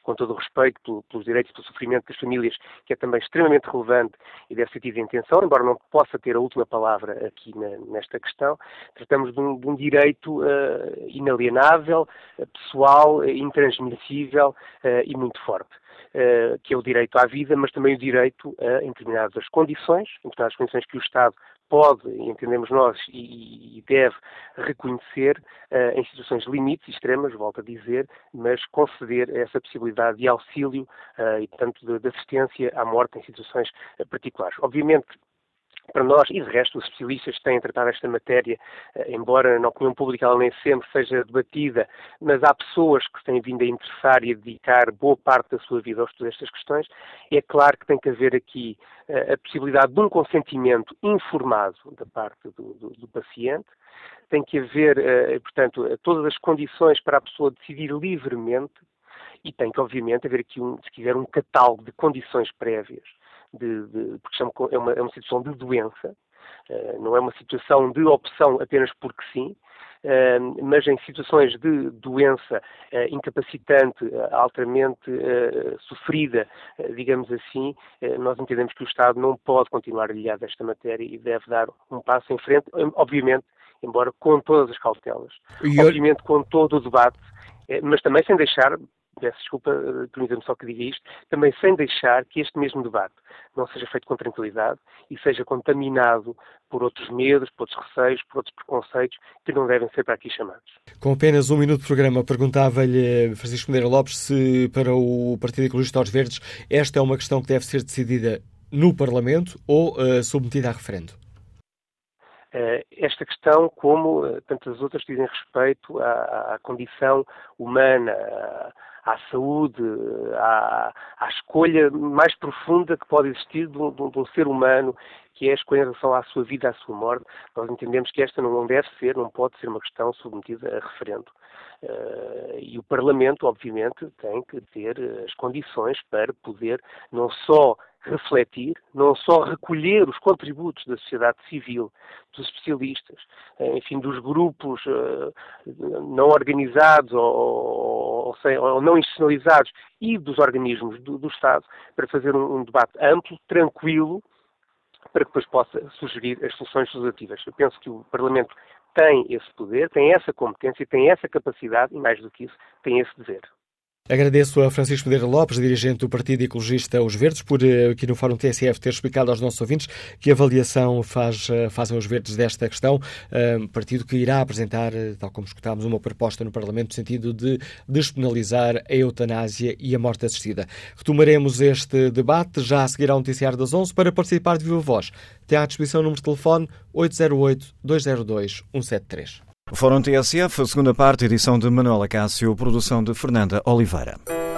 com todo o respeito pelos direitos e pelo sofrimento das famílias, que é também extremamente relevante e deve ser tido em atenção, embora não possa ter a última palavra aqui nesta questão. Tratamos de um direito inalienável, pessoal, intransmissível e muito forte, que é o direito à vida, mas também o direito em determinadas condições que o Estado pode, entendemos nós, e deve reconhecer em situações limites extremas, volto a dizer, mas conceder essa possibilidade de auxílio e, portanto, de assistência à morte em situações particulares. Obviamente, para nós, e de resto, os especialistas têm tratado esta matéria, embora na opinião pública ela nem sempre seja debatida, mas há pessoas que se têm vindo a interessar e a dedicar boa parte da sua vida ao estudo destas questões. É claro que tem que haver aqui a possibilidade de um consentimento informado da parte do paciente, tem que haver, portanto, todas as condições para a pessoa decidir livremente e tem que, obviamente, haver aqui, se quiser, um catálogo de condições prévias, porque é uma situação de doença, não é uma situação de opção apenas porque sim, mas em situações de doença incapacitante, altamente sofrida, digamos assim, nós entendemos que o Estado não pode continuar ilhado desta matéria e deve dar um passo em frente, obviamente, embora com todas as cautelas, obviamente com todo o debate, mas também sem deixar, peço desculpa, permita-me só que diga isto, também sem deixar que este mesmo debate não seja feito com tranquilidade e seja contaminado por outros medos, por outros receios, por outros preconceitos que não devem ser para aqui chamados. Com apenas 1 minuto de programa, perguntava-lhe Francisco Moreira Lopes se para o Partido Ecologista aos Verdes esta é uma questão que deve ser decidida no Parlamento ou submetida a referendo. Esta questão, como tantas outras, dizem respeito à condição humana, à saúde, à escolha mais profunda que pode existir de um ser humano, que é a escolha em relação à sua vida, à sua morte. Nós entendemos que esta não deve ser, não pode ser uma questão submetida a referendo. E o Parlamento, obviamente, tem que ter as condições para poder não só refletir, não só recolher os contributos da sociedade civil, dos especialistas, enfim, dos grupos não organizados ou não institucionalizados e dos organismos do Estado, para fazer um debate amplo, tranquilo, para que depois possa sugerir as soluções legislativas. Eu penso que o Parlamento tem esse poder, tem essa competência, tem essa capacidade e, mais do que isso, tem esse dever. Agradeço a Francisco Moreira Lopes, dirigente do Partido Ecologista Os Verdes, por aqui no Fórum TSF ter explicado aos nossos ouvintes que avaliação fazem os Verdes desta questão. Partido que irá apresentar, tal como escutámos, uma proposta no Parlamento no sentido de despenalizar a eutanásia e a morte assistida. Retomaremos este debate já a seguir ao noticiário das 11. Para participar de viva voz, tem à disposição o número de telefone 808-202-173. Fórum TSF, a segunda parte, edição de Manuela Cássio, produção de Fernanda Oliveira.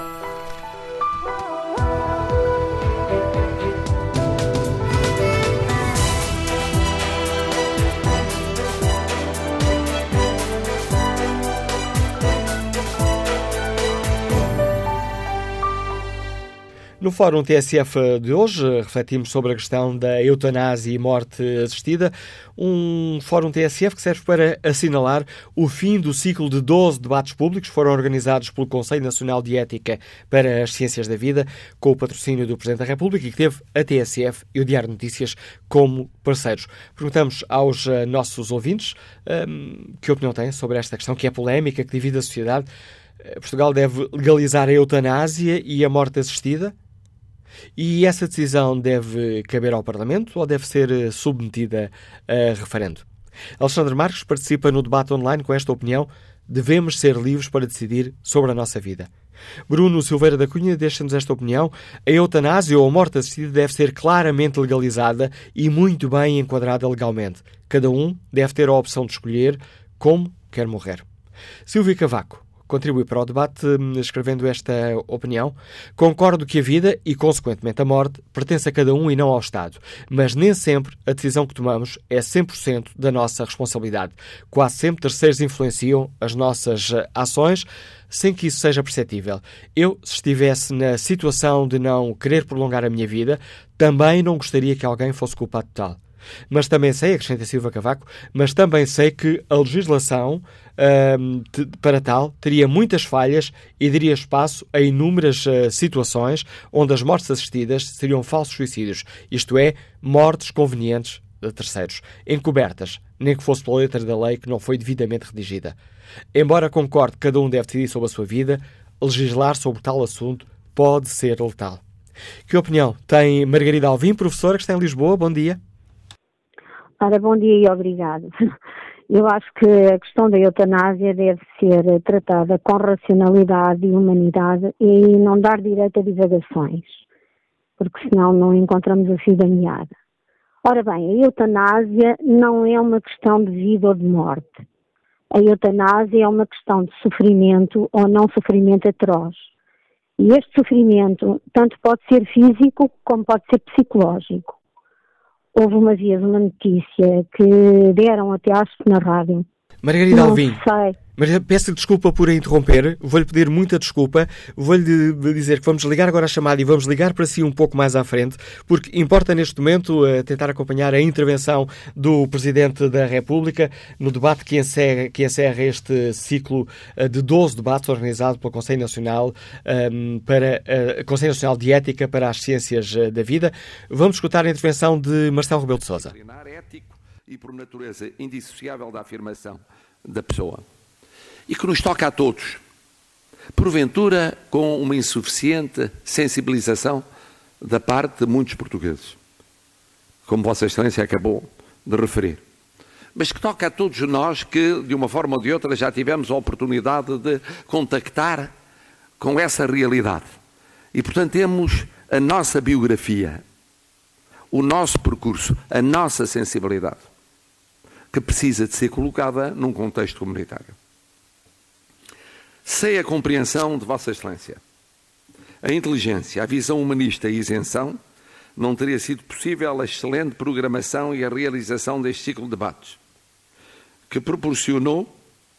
No Fórum TSF de hoje, refletimos sobre a questão da eutanásia e morte assistida. Um Fórum TSF que serve para assinalar o fim do ciclo de 12 debates públicos que foram organizados pelo Conselho Nacional de Ética para as Ciências da Vida, com o patrocínio do Presidente da República, e que teve a TSF e o Diário de Notícias como parceiros. Perguntamos aos nossos ouvintes que opinião têm sobre esta questão, que é polémica, que divide a sociedade. Portugal deve legalizar a eutanásia e a morte assistida? E essa decisão deve caber ao Parlamento ou deve ser submetida a referendo? Alexandre Marques participa no debate online com esta opinião: devemos ser livres para decidir sobre a nossa vida. Bruno Silveira da Cunha deixa-nos esta opinião: a eutanásia ou a morte assistida deve ser claramente legalizada e muito bem enquadrada legalmente. Cada um deve ter a opção de escolher como quer morrer. Silvio Cavaco contribui para o debate escrevendo esta opinião: concordo que a vida e, consequentemente, a morte pertence a cada um e não ao Estado, mas nem sempre a decisão que tomamos é 100% da nossa responsabilidade. Quase sempre terceiros influenciam as nossas ações sem que isso seja perceptível. Eu, se estivesse na situação de não querer prolongar a minha vida, também não gostaria que alguém fosse culpado de tal. Mas também sei, acrescenta Silva Cavaco, mas também sei que a legislação para tal, teria muitas falhas e daria espaço a inúmeras situações onde as mortes assistidas seriam falsos suicídios, isto é, mortes convenientes de terceiros, encobertas, nem que fosse pela letra da lei que não foi devidamente redigida. Embora concorde que cada um deve decidir sobre a sua vida, legislar sobre tal assunto pode ser letal. Que opinião tem Margarida Alvim, professora que está em Lisboa? Bom dia. Ora, bom dia e obrigado. Eu acho que a questão da eutanásia deve ser tratada com racionalidade e humanidade e não dar direito a divagações, porque senão não encontramos a fio da meada. Ora bem, a eutanásia não é uma questão de vida ou de morte. A eutanásia é uma questão de sofrimento ou não sofrimento atroz. E este sofrimento tanto pode ser físico como pode ser psicológico. Houve uma vez uma notícia que deram até acho na rádio. Margarida Alvim, sei. Mas peço interculpa por a interromper, vou-lhe pedir muita desculpa, vou-lhe dizer que vamos ligar agora a chamada e vamos ligar para si um pouco mais à frente, porque importa neste momento tentar acompanhar a intervenção do Presidente da República no debate que encerra este ciclo de 12 debates organizado pelo Conselho Nacional, Conselho Nacional de Ética para as Ciências da Vida. Vamos escutar a intervenção de Marcelo Rebelo de Sousa. Ético e por natureza indissociável da afirmação da pessoa. E que nos toca a todos, porventura com uma insuficiente sensibilização da parte de muitos portugueses, como Vossa Excelência acabou de referir. Mas que toca a todos nós que, de uma forma ou de outra, já tivemos a oportunidade de contactar com essa realidade. E, portanto, temos a nossa biografia, o nosso percurso, a nossa sensibilidade, que precisa de ser colocada num contexto comunitário. Sem a compreensão de Vossa Excelência, a inteligência, a visão humanista e a isenção, não teria sido possível a excelente programação e a realização deste ciclo de debates, que proporcionou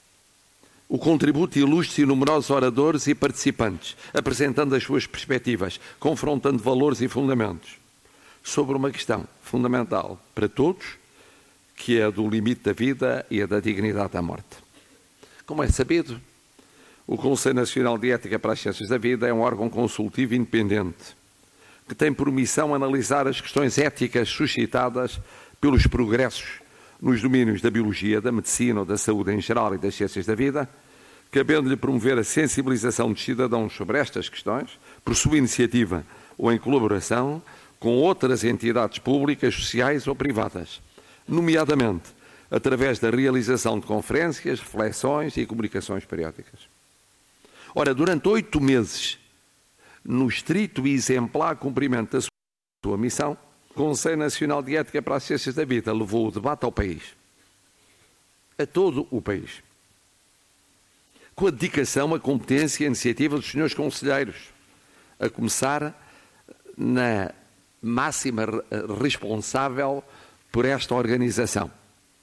o contributo ilustre de numerosos oradores e participantes, apresentando as suas perspectivas, confrontando valores e fundamentos, sobre uma questão fundamental para todos, que é a do limite da vida e a da dignidade da morte. Como é sabido, o Conselho Nacional de Ética para as Ciências da Vida é um órgão consultivo independente que tem por missão analisar as questões éticas suscitadas pelos progressos nos domínios da biologia, da medicina, da saúde em geral e das ciências da vida, cabendo-lhe promover a sensibilização dos cidadãos sobre estas questões, por sua iniciativa ou em colaboração com outras entidades públicas, sociais ou privadas, nomeadamente através da realização de conferências, reflexões e comunicações periódicas. Ora, durante 8 meses, no estrito e exemplar cumprimento da sua missão, o Conselho Nacional de Ética para as Ciências da Vida levou o debate ao país, a todo o país, com a dedicação, a competência e a iniciativa dos senhores conselheiros, a começar na máxima responsável por esta organização.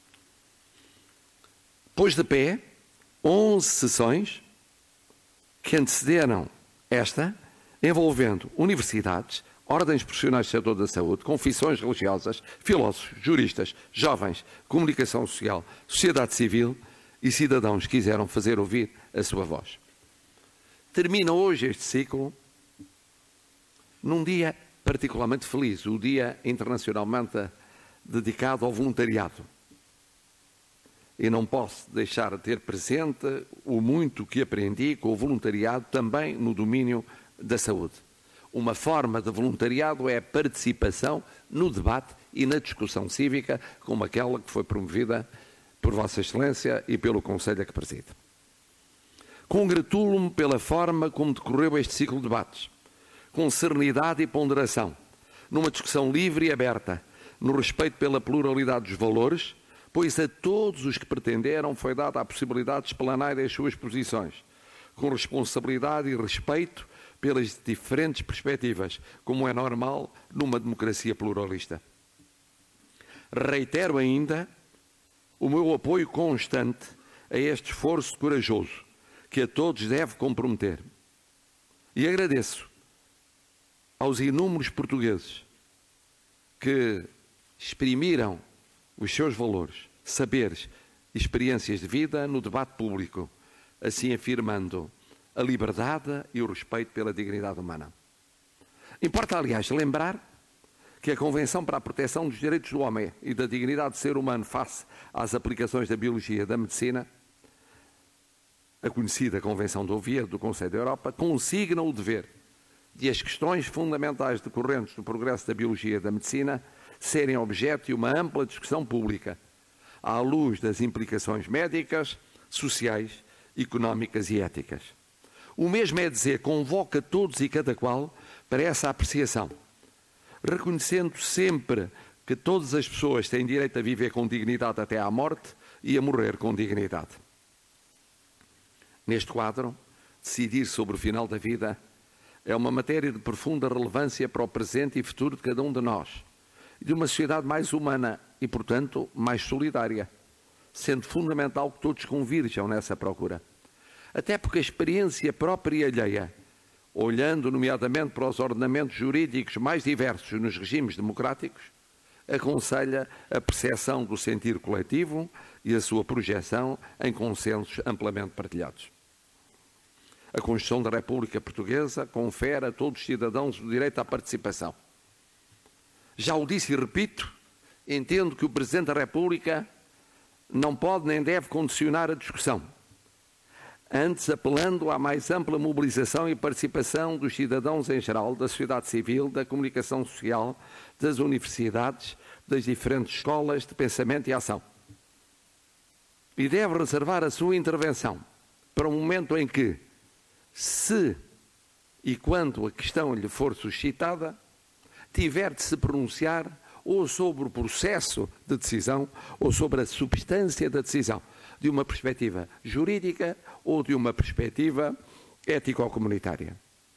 Pôs de pé 11 sessões que antecederam esta, envolvendo universidades, ordens profissionais do setor da saúde, confissões religiosas, filósofos, juristas, jovens, comunicação social, sociedade civil e cidadãos que quiseram fazer ouvir a sua voz. Termina hoje este ciclo num dia particularmente feliz, o Dia Internacionalmente dedicado ao voluntariado. E não posso deixar de ter presente o muito que aprendi com o voluntariado também no domínio da saúde. Uma forma de voluntariado é a participação no debate e na discussão cívica, como aquela que foi promovida por Vossa Excelência e pelo Conselho a que preside. Congratulo-me pela forma como decorreu este ciclo de debates, com serenidade e ponderação, numa discussão livre e aberta, no respeito pela pluralidade dos valores, pois a todos os que pretenderam foi dada a possibilidade de explanar as suas posições, com responsabilidade e respeito pelas diferentes perspectivas, como é normal numa democracia pluralista. Reitero ainda o meu apoio constante a este esforço corajoso, que a todos deve comprometer. E agradeço aos inúmeros portugueses que exprimiram os seus valores, saberes experiências de vida no debate público, assim afirmando a liberdade e o respeito pela dignidade humana. Importa, aliás, lembrar que a Convenção para a Proteção dos Direitos do Homem e da Dignidade do Ser Humano face às aplicações da biologia e da medicina, a conhecida Convenção de Oviedo do Conselho da Europa, consigna o dever de as questões fundamentais decorrentes do progresso da biologia e da medicina serem objeto de uma ampla discussão pública, à luz das implicações médicas, sociais, económicas e éticas. O mesmo é dizer, convoca todos e cada qual para essa apreciação, reconhecendo sempre que todas as pessoas têm direito a viver com dignidade até à morte e a morrer com dignidade. Neste quadro, decidir sobre o final da vida é uma matéria de profunda relevância para o presente e futuro de cada um de nós, e de uma sociedade mais humana e, portanto, mais solidária, sendo fundamental que todos convirjam nessa procura. Até porque a experiência própria e alheia, olhando nomeadamente para os ordenamentos jurídicos mais diversos nos regimes democráticos, aconselha a percepção do sentir coletivo e a sua projeção em consensos amplamente partilhados. A Constituição da República Portuguesa confere a todos os cidadãos o direito à participação. Já o disse e repito, entendo que o Presidente da República não pode nem deve condicionar a discussão, antes apelando à mais ampla mobilização e participação dos cidadãos em geral, da sociedade civil, da comunicação social, das universidades, das diferentes escolas de pensamento e ação. E deve reservar a sua intervenção para um momento em que, se e quando a questão lhe for suscitada, tiver de se pronunciar ou sobre o processo de decisão ou sobre a substância da decisão, de uma perspectiva jurídica ou de uma perspectiva ético-comunitária.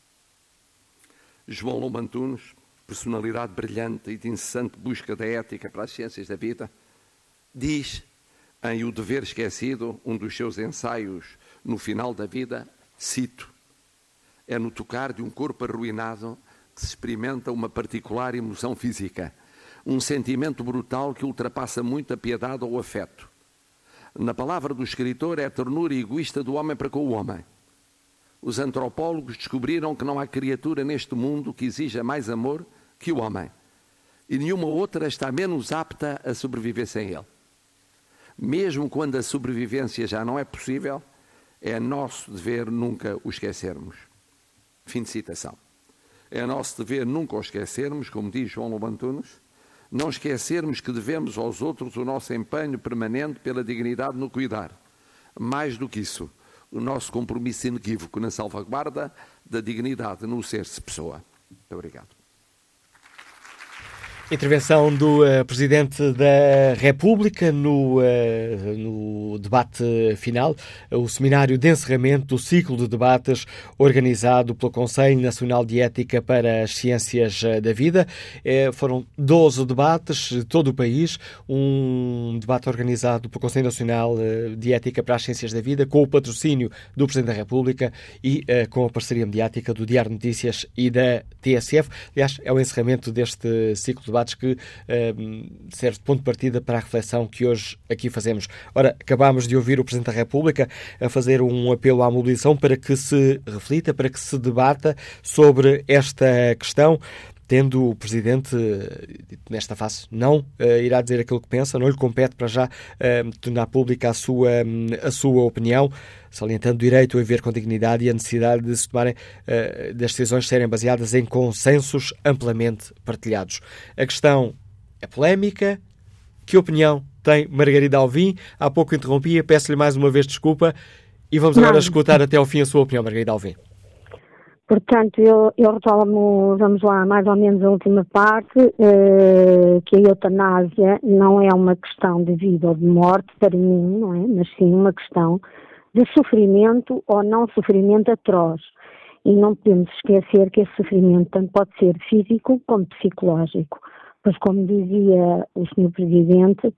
João Lobo Antunes, personalidade brilhante e de incessante busca da ética para as ciências da vida, diz em O Dever Esquecido, um dos seus ensaios no final da vida, cito: é no tocar de um corpo arruinado que se experimenta uma particular emoção física, um sentimento brutal que ultrapassa muito a piedade ou o afeto. Na palavra do escritor, é a ternura egoísta do homem para com o homem. Os antropólogos descobriram que não há criatura neste mundo que exija mais amor que o homem, e nenhuma outra está menos apta a sobreviver sem ele. Mesmo quando a sobrevivência já não é possível, é nosso dever nunca o esquecermos. Fim de citação. É nosso dever nunca o esquecermos, como diz João Lobo Antunes, não esquecermos que devemos aos outros o nosso empenho permanente pela dignidade no cuidar. Mais do que isso, o nosso compromisso inequívoco na salvaguarda da dignidade no ser-se pessoa. Muito obrigado. Intervenção do Presidente da República no debate final, o seminário de encerramento do ciclo de debates organizado pelo Conselho Nacional de Ética para as Ciências da Vida. Foram 12 debates de todo o país, um debate organizado pelo Conselho Nacional de Ética para as Ciências da Vida, com o patrocínio do Presidente da República e com a parceria mediática do Diário de Notícias e da TSF. Aliás, é o encerramento deste ciclo de debates que serve de ponto de partida para a reflexão que hoje aqui fazemos. Ora, acabámos de ouvir o Presidente da República a fazer um apelo à mobilização para que se reflita, para que se debata sobre esta questão, tendo o Presidente, nesta fase, não irá dizer aquilo que pensa, não lhe compete para já tornar pública a sua opinião, salientando o direito a viver com dignidade e a necessidade de se tomarem das decisões serem baseadas em consensos amplamente partilhados. A questão é polémica. Que opinião tem Margarida Alvim? Há pouco interrompia, peço-lhe mais uma vez desculpa e vamos agora escutar até ao fim a sua opinião, Margarida Alvim. Portanto, eu retomo, vamos lá, mais ou menos a última parte, que a eutanásia não é uma questão de vida ou de morte para mim, não é? Mas sim uma questão de sofrimento ou não sofrimento atroz. E não podemos esquecer que esse sofrimento tanto pode ser físico como psicológico. Pois, como dizia o Sr. Presidente,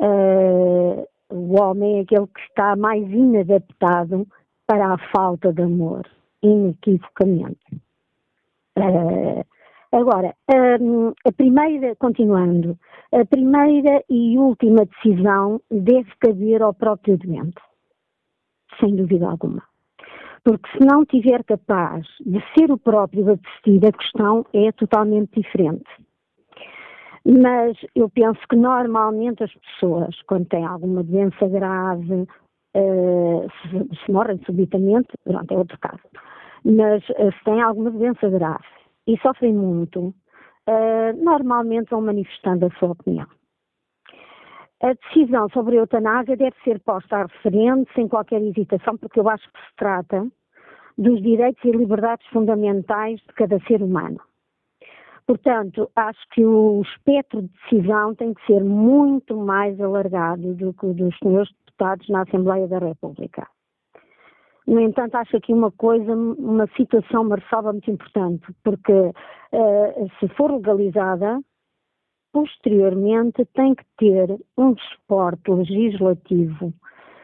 o homem é aquele que está mais inadaptado para a falta de amor, inequivocamente. Agora, a primeira, continuando, a primeira e última decisão deve caber ao próprio doente, sem dúvida alguma. Porque se não estiver capaz de ser o próprio a decidir, a questão é totalmente diferente. Mas eu penso que normalmente as pessoas, quando têm alguma doença grave, se morrem subitamente, pronto, é outro caso. Mas se têm alguma doença grave e sofrem muito, normalmente vão manifestando a sua opinião. A decisão sobre a eutanásia deve ser posta a referendo sem qualquer hesitação, porque eu acho que se trata dos direitos e liberdades fundamentais de cada ser humano. Portanto, acho que o espectro de decisão tem que ser muito mais alargado do que o dos senhores deputados na Assembleia da República. No entanto, acho aqui uma situação, uma ressalva muito importante, porque se for legalizada, posteriormente tem que ter um suporte legislativo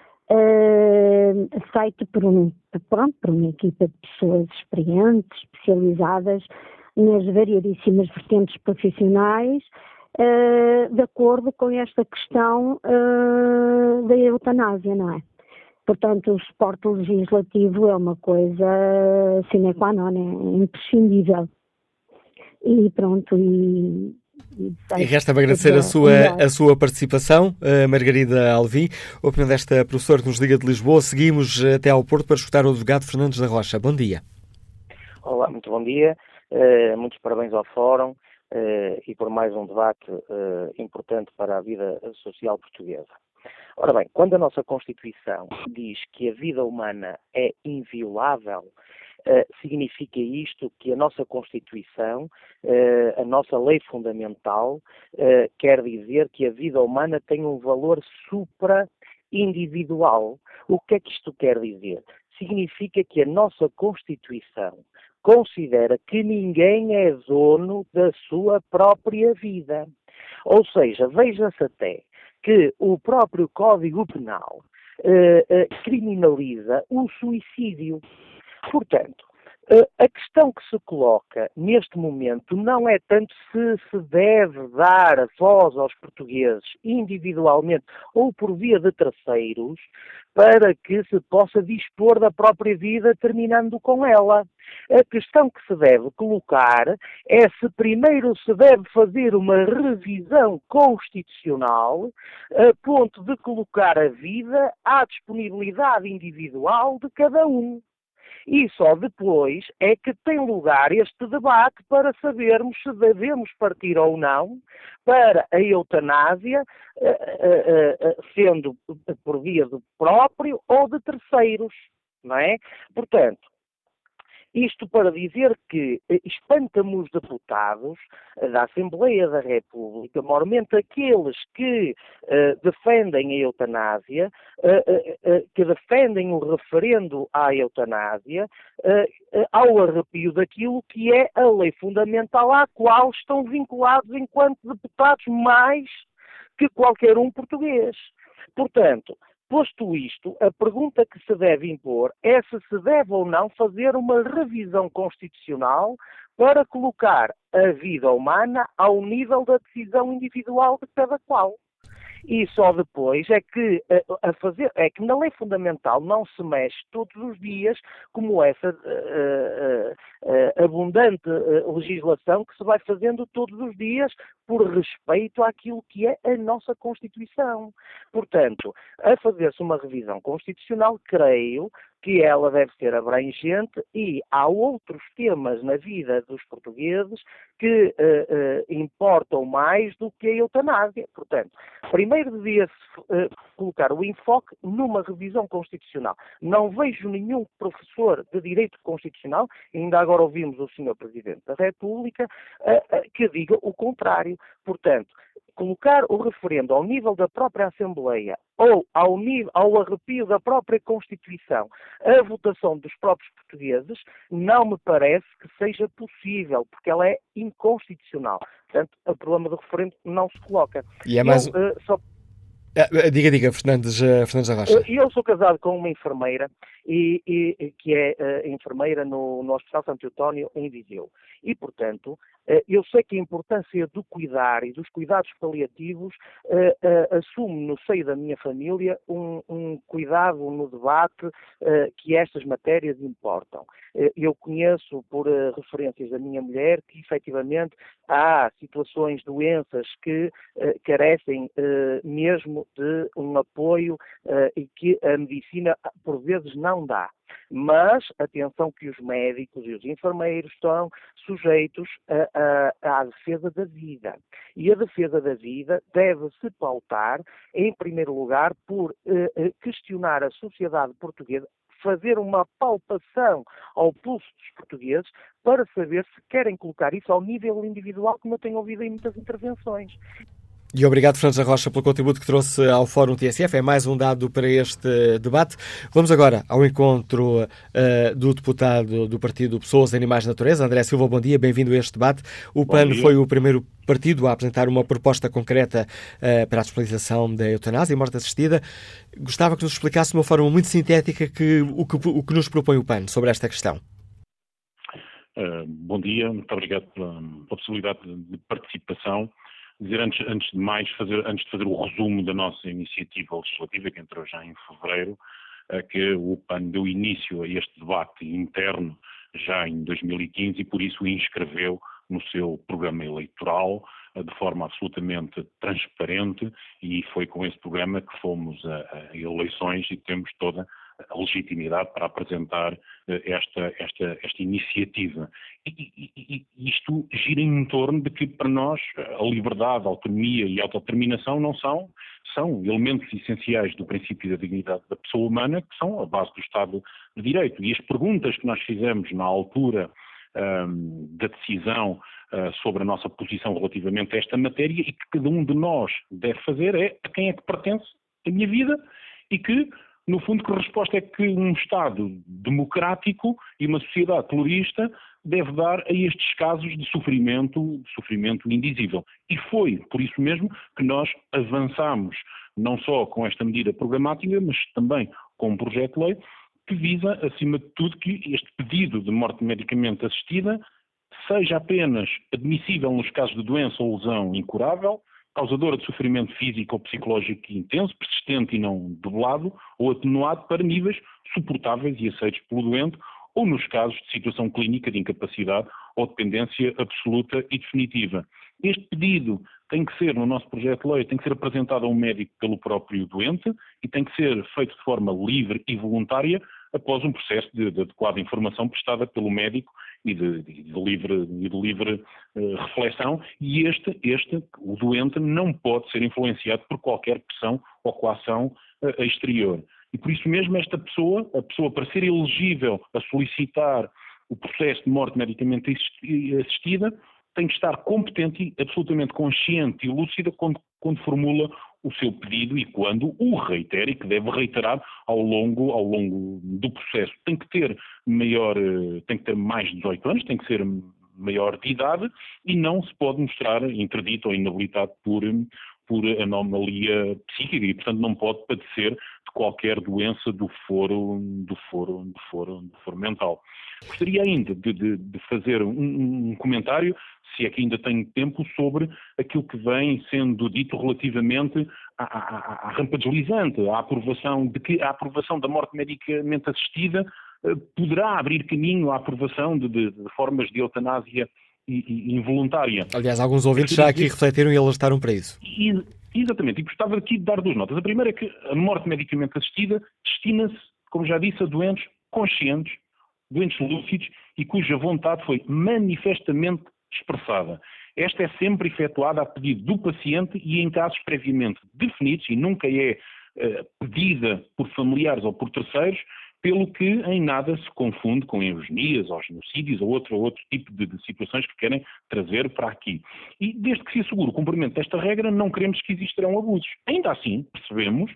feito por uma equipa de pessoas experientes, especializadas nas variadíssimas vertentes profissionais, de acordo com esta questão da eutanásia, não é? Portanto, o suporte legislativo é uma coisa sine qua non, é imprescindível. E pronto, E resta-me agradecer a sua participação, Margarida Alvim, a opinião desta professora que nos liga de Lisboa. Seguimos até ao Porto para escutar o advogado Fernandes da Rocha. Bom dia. Olá, muito bom dia. Muitos parabéns ao Fórum e por mais um debate importante para a vida social portuguesa. Ora bem, quando a nossa Constituição diz que a vida humana é inviolável, significa isto que a nossa Constituição, a nossa lei fundamental, quer dizer que a vida humana tem um valor supra-individual. O que é que isto quer dizer? Significa que a nossa Constituição considera que ninguém é dono da sua própria vida. Ou seja, veja-se até que o próprio Código Penal criminaliza o suicídio. Portanto, a questão que se coloca neste momento não é tanto se deve dar a voz aos portugueses individualmente ou por via de terceiros para que se possa dispor da própria vida terminando com ela. A questão que se deve colocar é se primeiro se deve fazer uma revisão constitucional a ponto de colocar a vida à disponibilidade individual de cada um. E só depois é que tem lugar este debate para sabermos se devemos partir ou não para a eutanásia, sendo por via do próprio ou de terceiros, não é? Portanto, isto para dizer que espanta-me os deputados da Assembleia da República, maiormente aqueles que defendem a eutanásia, que defendem o referendo à eutanásia, ao arrepio daquilo que é a lei fundamental à qual estão vinculados enquanto deputados mais que qualquer um português. Portanto, posto isto, a pergunta que se deve impor é se deve ou não fazer uma revisão constitucional para colocar a vida humana ao nível da decisão individual de cada qual. E só depois é que na lei fundamental não se mexe todos os dias como essa abundante legislação que se vai fazendo todos os dias por respeito àquilo que é a nossa Constituição. Portanto, a fazer-se uma revisão constitucional, creio que ela deve ser abrangente e há outros temas na vida dos portugueses que importam mais do que a eutanásia. Portanto, primeiro devia-se colocar o enfoque numa revisão constitucional. Não vejo nenhum professor de Direito Constitucional, ainda agora ouvimos o Sr. Presidente da República, que diga o contrário. Portanto, colocar o referendo ao nível da própria Assembleia ou ao arrepio da própria Constituição, a votação dos próprios portugueses, não me parece que seja possível, porque ela é inconstitucional. Portanto, o problema do referendo não se coloca. E é mais... Diga, Fernandes da Rocha. Eu sou casado com uma enfermeira, que é enfermeira no Hospital Santo Eutónio, em Viseu. E, portanto, eu sei que a importância do cuidar e dos cuidados paliativos assume no seio da minha família um cuidado no debate que estas matérias importam. Eu conheço por referências da minha mulher que, efetivamente, há situações, doenças que carecem mesmo de um apoio e que a medicina, por vezes, não dá. Mas, atenção que os médicos e os enfermeiros estão sujeitos à defesa da vida. E a defesa da vida deve-se pautar, em primeiro lugar, por questionar a sociedade portuguesa, fazer uma palpação ao pulso dos portugueses para saber se querem colocar isso ao nível individual, como eu tenho ouvido em muitas intervenções. E obrigado, Fernandes da Rocha, pelo contributo que trouxe ao Fórum TSF. É mais um dado para este debate. Vamos agora ao encontro do deputado do Partido Pessoas, Animais e Natureza, André Silva. Bom dia, bem-vindo a este debate. O PAN foi o primeiro partido a apresentar uma proposta concreta para a disponibilização da eutanásia e morte assistida. Gostava que nos explicasse de uma forma muito sintética o que nos propõe o PAN sobre esta questão. Bom dia, muito obrigado pela possibilidade de participação. Dizer antes de fazer o resumo da nossa iniciativa legislativa, que entrou já em fevereiro, que o PAN deu início a este debate interno já em 2015 e por isso o inscreveu no seu programa eleitoral de forma absolutamente transparente, e foi com esse programa que fomos a eleições e temos toda a legitimidade para apresentar esta iniciativa. E isto gira em torno de que, para nós, a liberdade, a autonomia e a autodeterminação não são elementos essenciais do princípio da dignidade da pessoa humana, que são a base do Estado de Direito. E as perguntas que nós fizemos na altura da decisão sobre a nossa posição relativamente a esta matéria e que cada um de nós deve fazer é: a quem é que pertence a minha vida? E que, no fundo, que resposta é que um Estado democrático e uma sociedade pluralista deve dar a estes casos de sofrimento indizível. E foi por isso mesmo que nós avançamos, não só com esta medida programática, mas também com um projeto de lei que visa, acima de tudo, que este pedido de morte medicamente assistida seja apenas admissível nos casos de doença ou lesão incurável, causadora de sofrimento físico ou psicológico intenso, persistente e não debelado, ou atenuado para níveis suportáveis e aceitos pelo doente, ou nos casos de situação clínica de incapacidade ou dependência absoluta e definitiva. Este pedido tem que ser, no nosso projeto de lei, tem que ser apresentado a um médico pelo próprio doente e tem que ser feito de forma livre e voluntária após um processo de adequada informação prestada pelo médico e de livre reflexão, e o doente não pode ser influenciado por qualquer pressão ou coação exterior. E por isso mesmo a pessoa para ser elegível a solicitar o processo de morte medicamente assistida tem que estar competente e absolutamente consciente e lúcida quando formula o seu pedido e quando o reitera, e que deve reiterar ao longo do processo. Tem que ter mais de 18 anos, tem que ser maior de idade e não se pode mostrar interdito ou inabilitado por anomalia psíquica e, portanto, não pode padecer de qualquer doença do foro mental. Gostaria ainda de fazer um comentário, se é que ainda tenho tempo, sobre aquilo que vem sendo dito relativamente à rampa deslizante, à aprovação da morte medicamente assistida poderá abrir caminho à aprovação de formas de eutanásia involuntária. Aliás, alguns ouvintes já aqui refletiram e alertaram para isso. Exatamente, e gostava aqui de dar duas notas. A primeira é que a morte medicamente assistida destina-se, como já disse, a doentes conscientes, doentes lúcidos e cuja vontade foi manifestamente expressada. Esta é sempre efetuada a pedido do paciente e em casos previamente definidos, e nunca é pedida por familiares ou por terceiros, pelo que em nada se confunde com eugenias ou genocídios ou outro tipo de situações que querem trazer para aqui. E desde que se assegure o cumprimento desta regra, não queremos que existirão abusos. Ainda assim, percebemos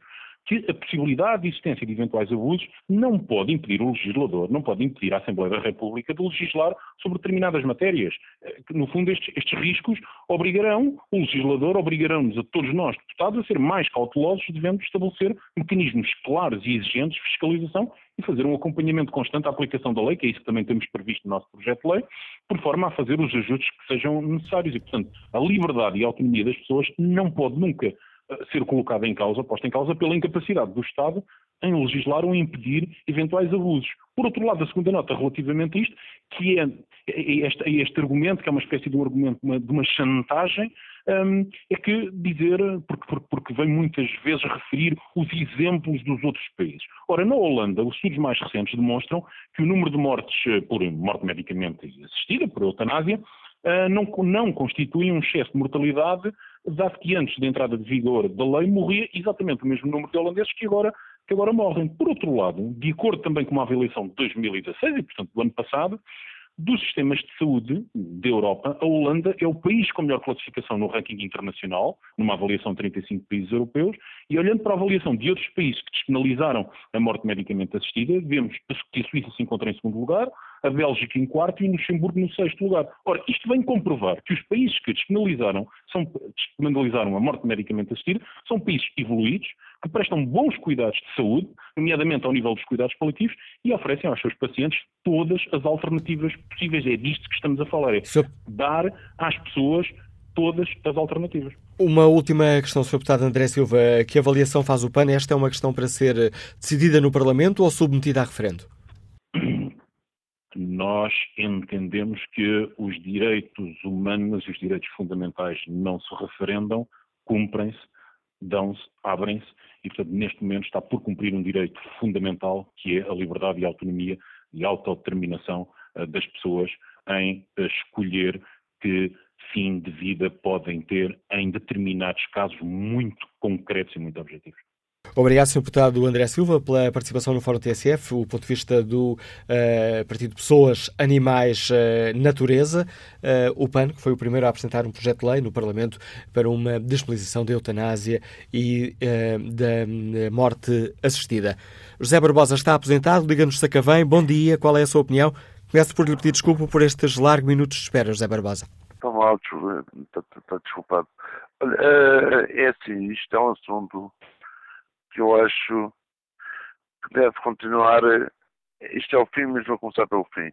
que a possibilidade de existência de eventuais abusos não pode impedir o legislador, não pode impedir a Assembleia da República de legislar sobre determinadas matérias. No fundo, estes riscos obrigarão o legislador, obrigarão-nos a todos nós, deputados, a ser mais cautelosos, devendo estabelecer mecanismos claros e exigentes de fiscalização e fazer um acompanhamento constante à aplicação da lei, que é isso que também temos previsto no nosso projeto de lei, por forma a fazer os ajustes que sejam necessários. E, portanto, a liberdade e a autonomia das pessoas não pode nunca ser colocada em causa, posta em causa pela incapacidade do Estado em legislar ou impedir eventuais abusos. Por outro lado, a segunda nota relativamente a isto, que é este argumento, que é uma espécie de um argumento de uma chantagem, é que dizer, porque vem muitas vezes referir os exemplos dos outros países. Ora, na Holanda, os estudos mais recentes demonstram que o número de mortes por morte medicamente assistida, por eutanásia, não constitui um excesso de mortalidade, dado que antes da entrada de vigor da lei morria exatamente o mesmo número de holandeses que agora morrem. Por outro lado, de acordo também com uma avaliação de 2016, e portanto do ano passado, dos sistemas de saúde da Europa, a Holanda é o país com melhor classificação no ranking internacional, numa avaliação de 35 países europeus, e olhando para a avaliação de outros países que despenalizaram a morte medicamente assistida, vemos que a Suíça se encontra em segundo lugar, a Bélgica em quarto e o Luxemburgo no sexto lugar. Ora, isto vem comprovar que os países que despenalizaram a morte medicamente assistida são países evoluídos, que prestam bons cuidados de saúde, nomeadamente ao nível dos cuidados paliativos, e oferecem aos seus pacientes todas as alternativas possíveis. É disto que estamos a falar, é dar às pessoas todas as alternativas. Uma última questão, Sr. Deputado André Silva. Que avaliação faz o PAN? Esta é uma questão para ser decidida no Parlamento ou submetida a referendo? Nós entendemos que os direitos humanos e os direitos fundamentais não se referendam, cumprem-se, dão-se, abrem-se e, portanto, neste momento está por cumprir um direito fundamental, que é a liberdade e a autonomia e a autodeterminação das pessoas em escolher que fim de vida podem ter em determinados casos muito concretos e muito objetivos. Obrigado, Sr. Deputado André Silva, pela participação no Fórum TSF, o ponto de vista do Partido Pessoas, Animais, Natureza, o PAN, que foi o primeiro a apresentar um projeto de lei no Parlamento para uma despenalização da eutanásia e da morte assistida. José Barbosa está aposentado, liga-nos de Sacavém. Bom dia, qual é a sua opinião? Começo por lhe pedir desculpa por estes largos minutos de espera, José Barbosa. Está mal, está desculpado. Olha, é assim, isto é um assunto que eu acho que deve continuar. Isto é o fim, mas vou começar pelo fim.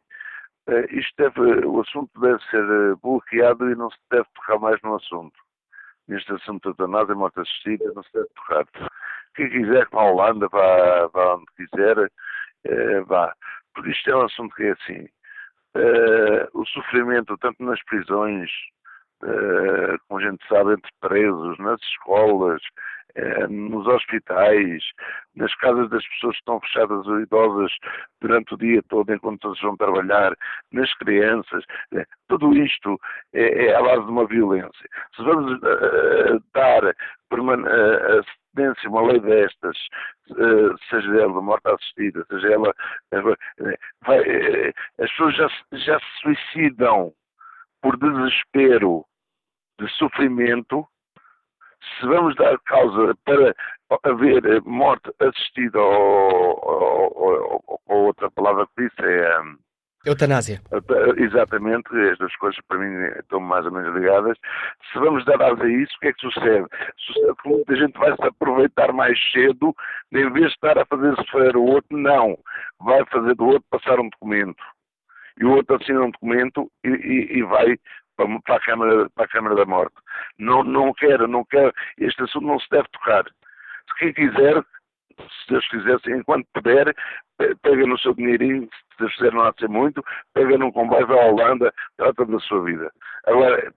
O assunto deve ser bloqueado e não se deve tocar mais no assunto. Neste assunto da eutanásia e morte assistida, não se deve tocar. Quem quiser que vá à Holanda, vá onde quiser, vá. Porque isto é um assunto que é assim. O sofrimento, tanto nas prisões, como a gente sabe, entre presos, nas escolas, nos hospitais, nas casas das pessoas que estão fechadas ou idosas durante o dia todo enquanto eles vão trabalhar, nas crianças, tudo isto é à base de uma violência. Se vamos dar assistência a uma lei destas, seja ela de morte assistida, seja ela... as pessoas já se suicidam por desespero de sofrimento. Se vamos dar causa para haver morte assistida ou outra palavra que disse é... eutanásia. Exatamente, as duas coisas para mim estão mais ou menos ligadas. Se vamos dar asa a isso, o que é que sucede? Sucede que muita gente vai se aproveitar mais cedo, em vez de estar a fazer sofrer o outro, não. Vai fazer do outro passar um documento. E o outro assina um documento e vai para a Câmara da Morte. Não quero. Este assunto não se deve tocar. Se quem quiser, se Deus quiser, enquanto puder, pega no seu dinheirinho, se Deus quiser não há de ser muito, pega num comboio, vai à Holanda, trata da sua vida. Agora,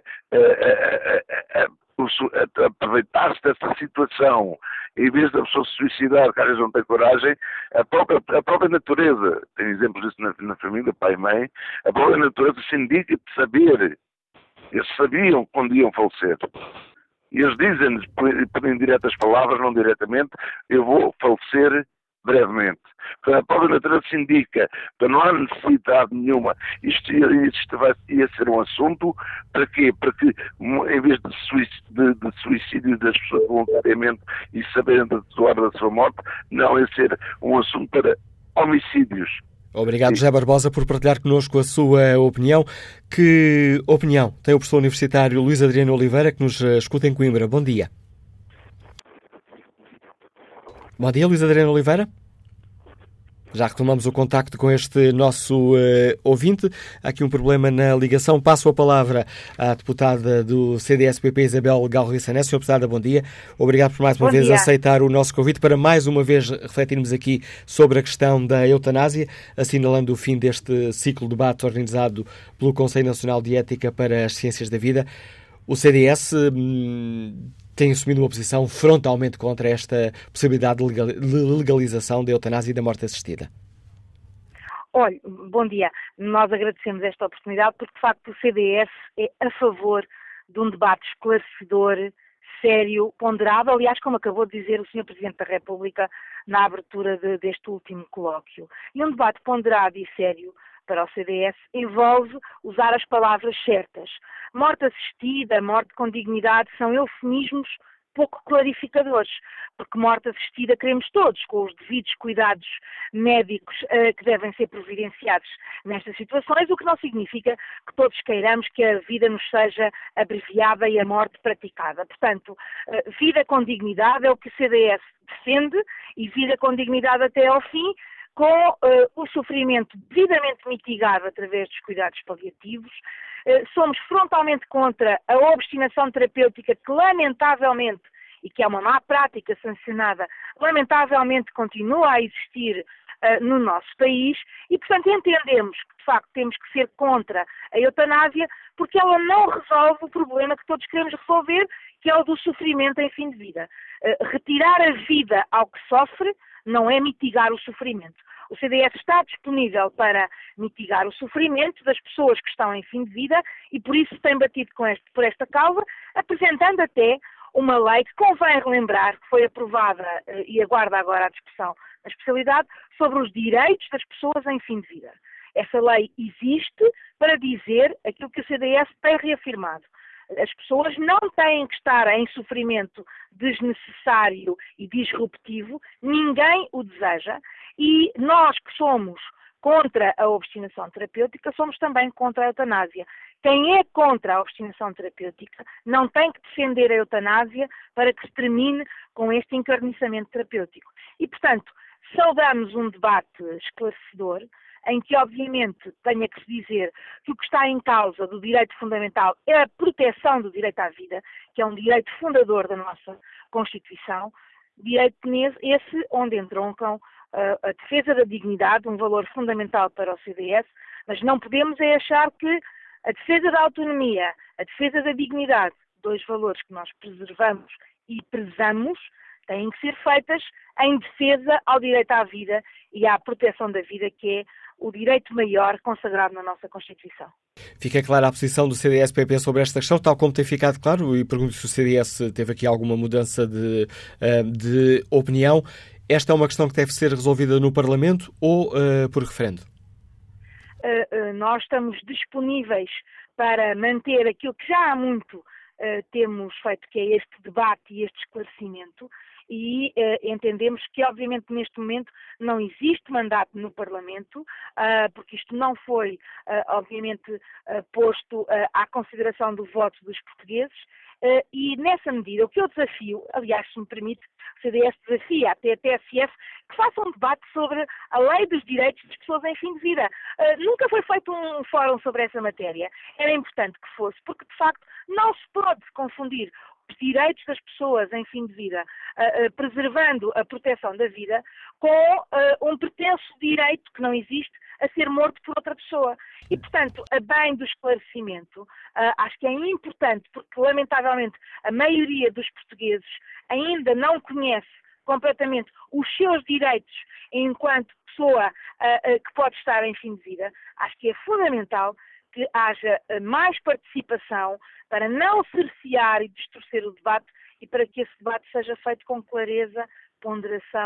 aproveitar-se dessa situação, em vez da pessoa se suicidar, que às vezes não tem coragem, a própria natureza, tem exemplos disso na família, pai e mãe, a própria natureza se indica de saber. Eles sabiam quando iam falecer. E eles dizem-nos, por indiretas palavras, não diretamente, eu vou falecer brevemente. Portanto, a própria natureza indica que não há necessidade nenhuma. Isto ia ser um assunto para quê? Para que, em vez de suicídio das pessoas voluntariamente e saberem atuar da sua morte, não ia ser um assunto para homicídios. Obrigado, José Barbosa, por partilhar connosco a sua opinião. Que opinião tem o professor universitário Luís Adriano Oliveira, que nos escuta em Coimbra? Bom dia. Bom dia, Luís Adriano Oliveira. Já retomamos o contacto com este nosso ouvinte. Há aqui um problema na ligação. Passo a palavra à deputada do CDS-PP, Isabel Galriça. Senhora deputada, bom dia. Obrigado por mais uma vez aceitar o nosso convite para mais uma vez refletirmos aqui sobre a questão da eutanásia, assinalando o fim deste ciclo de debate organizado pelo Conselho Nacional de Ética para as Ciências da Vida. O CDS tem assumido uma posição frontalmente contra esta possibilidade de legalização da eutanásia e da morte assistida. Olha, bom dia. Nós agradecemos esta oportunidade porque, de facto, o CDS é a favor de um debate esclarecedor, sério, ponderado, aliás, como acabou de dizer o Sr. Presidente da República na abertura deste último colóquio. E um debate ponderado e sério para o CDS envolve usar as palavras certas. Morte assistida, morte com dignidade são eufemismos pouco clarificadores, porque morte assistida queremos todos, com os devidos cuidados médicos que devem ser providenciados nestas situações, o que não significa que todos queiramos que a vida nos seja abreviada e a morte praticada. Portanto, vida com dignidade é o que o CDS defende e vida com dignidade até ao fim, com o sofrimento devidamente mitigado através dos cuidados paliativos. Somos frontalmente contra a obstinação terapêutica que, lamentavelmente, e que é uma má prática sancionada, lamentavelmente continua a existir no nosso país e, portanto, entendemos que, de facto, temos que ser contra a eutanásia porque ela não resolve o problema que todos queremos resolver, que é o do sofrimento em fim de vida. Retirar a vida ao que sofre não é mitigar o sofrimento. O CDS está disponível para mitigar o sofrimento das pessoas que estão em fim de vida e por isso tem batido por esta causa, apresentando até uma lei que convém relembrar, que foi aprovada e aguarda agora a discussão na especialidade, sobre os direitos das pessoas em fim de vida. Essa lei existe para dizer aquilo que o CDS tem reafirmado. As pessoas não têm que estar em sofrimento desnecessário e disruptivo, ninguém o deseja, e nós que somos contra a obstinação terapêutica, somos também contra a eutanásia. Quem é contra a obstinação terapêutica não tem que defender a eutanásia para que se termine com este encarniçamento terapêutico. E, portanto, saudamos um debate esclarecedor, em que, obviamente, tenha que se dizer que o que está em causa do direito fundamental é a proteção do direito à vida, que é um direito fundador da nossa Constituição, direito esse onde entroncam a defesa da dignidade, um valor fundamental para o CDS, mas não podemos é achar que a defesa da autonomia, a defesa da dignidade, dois valores que nós preservamos e prezamos, têm que ser feitas em defesa ao direito à vida e à proteção da vida, que é o direito maior consagrado na nossa Constituição. Fica clara a posição do CDS-PP sobre esta questão, tal como tem ficado claro, e pergunto se o CDS teve aqui alguma mudança de opinião. Esta é uma questão que deve ser resolvida no Parlamento ou por referendo? Nós estamos disponíveis para manter aquilo que já há muito temos feito, que é este debate e este esclarecimento, e entendemos que, obviamente, neste momento não existe mandato no Parlamento, porque isto não foi, obviamente, posto à consideração do voto dos portugueses, e nessa medida, o que eu desafio, aliás, se me permite, o CDS desafia até a TSF que faça um debate sobre a lei dos direitos das pessoas em fim de vida. Nunca foi feito um fórum sobre essa matéria. Era importante que fosse, porque, de facto, não se pode confundir os direitos das pessoas em fim de vida, preservando a proteção da vida, com um pretenso direito que não existe a ser morto por outra pessoa. E, portanto, a bem do esclarecimento, acho que é importante, porque, lamentavelmente, a maioria dos portugueses ainda não conhece completamente os seus direitos enquanto pessoa que pode estar em fim de vida. Acho que é fundamental que haja mais participação para não cercear e distorcer o debate e para que esse debate seja feito com clareza, ponderação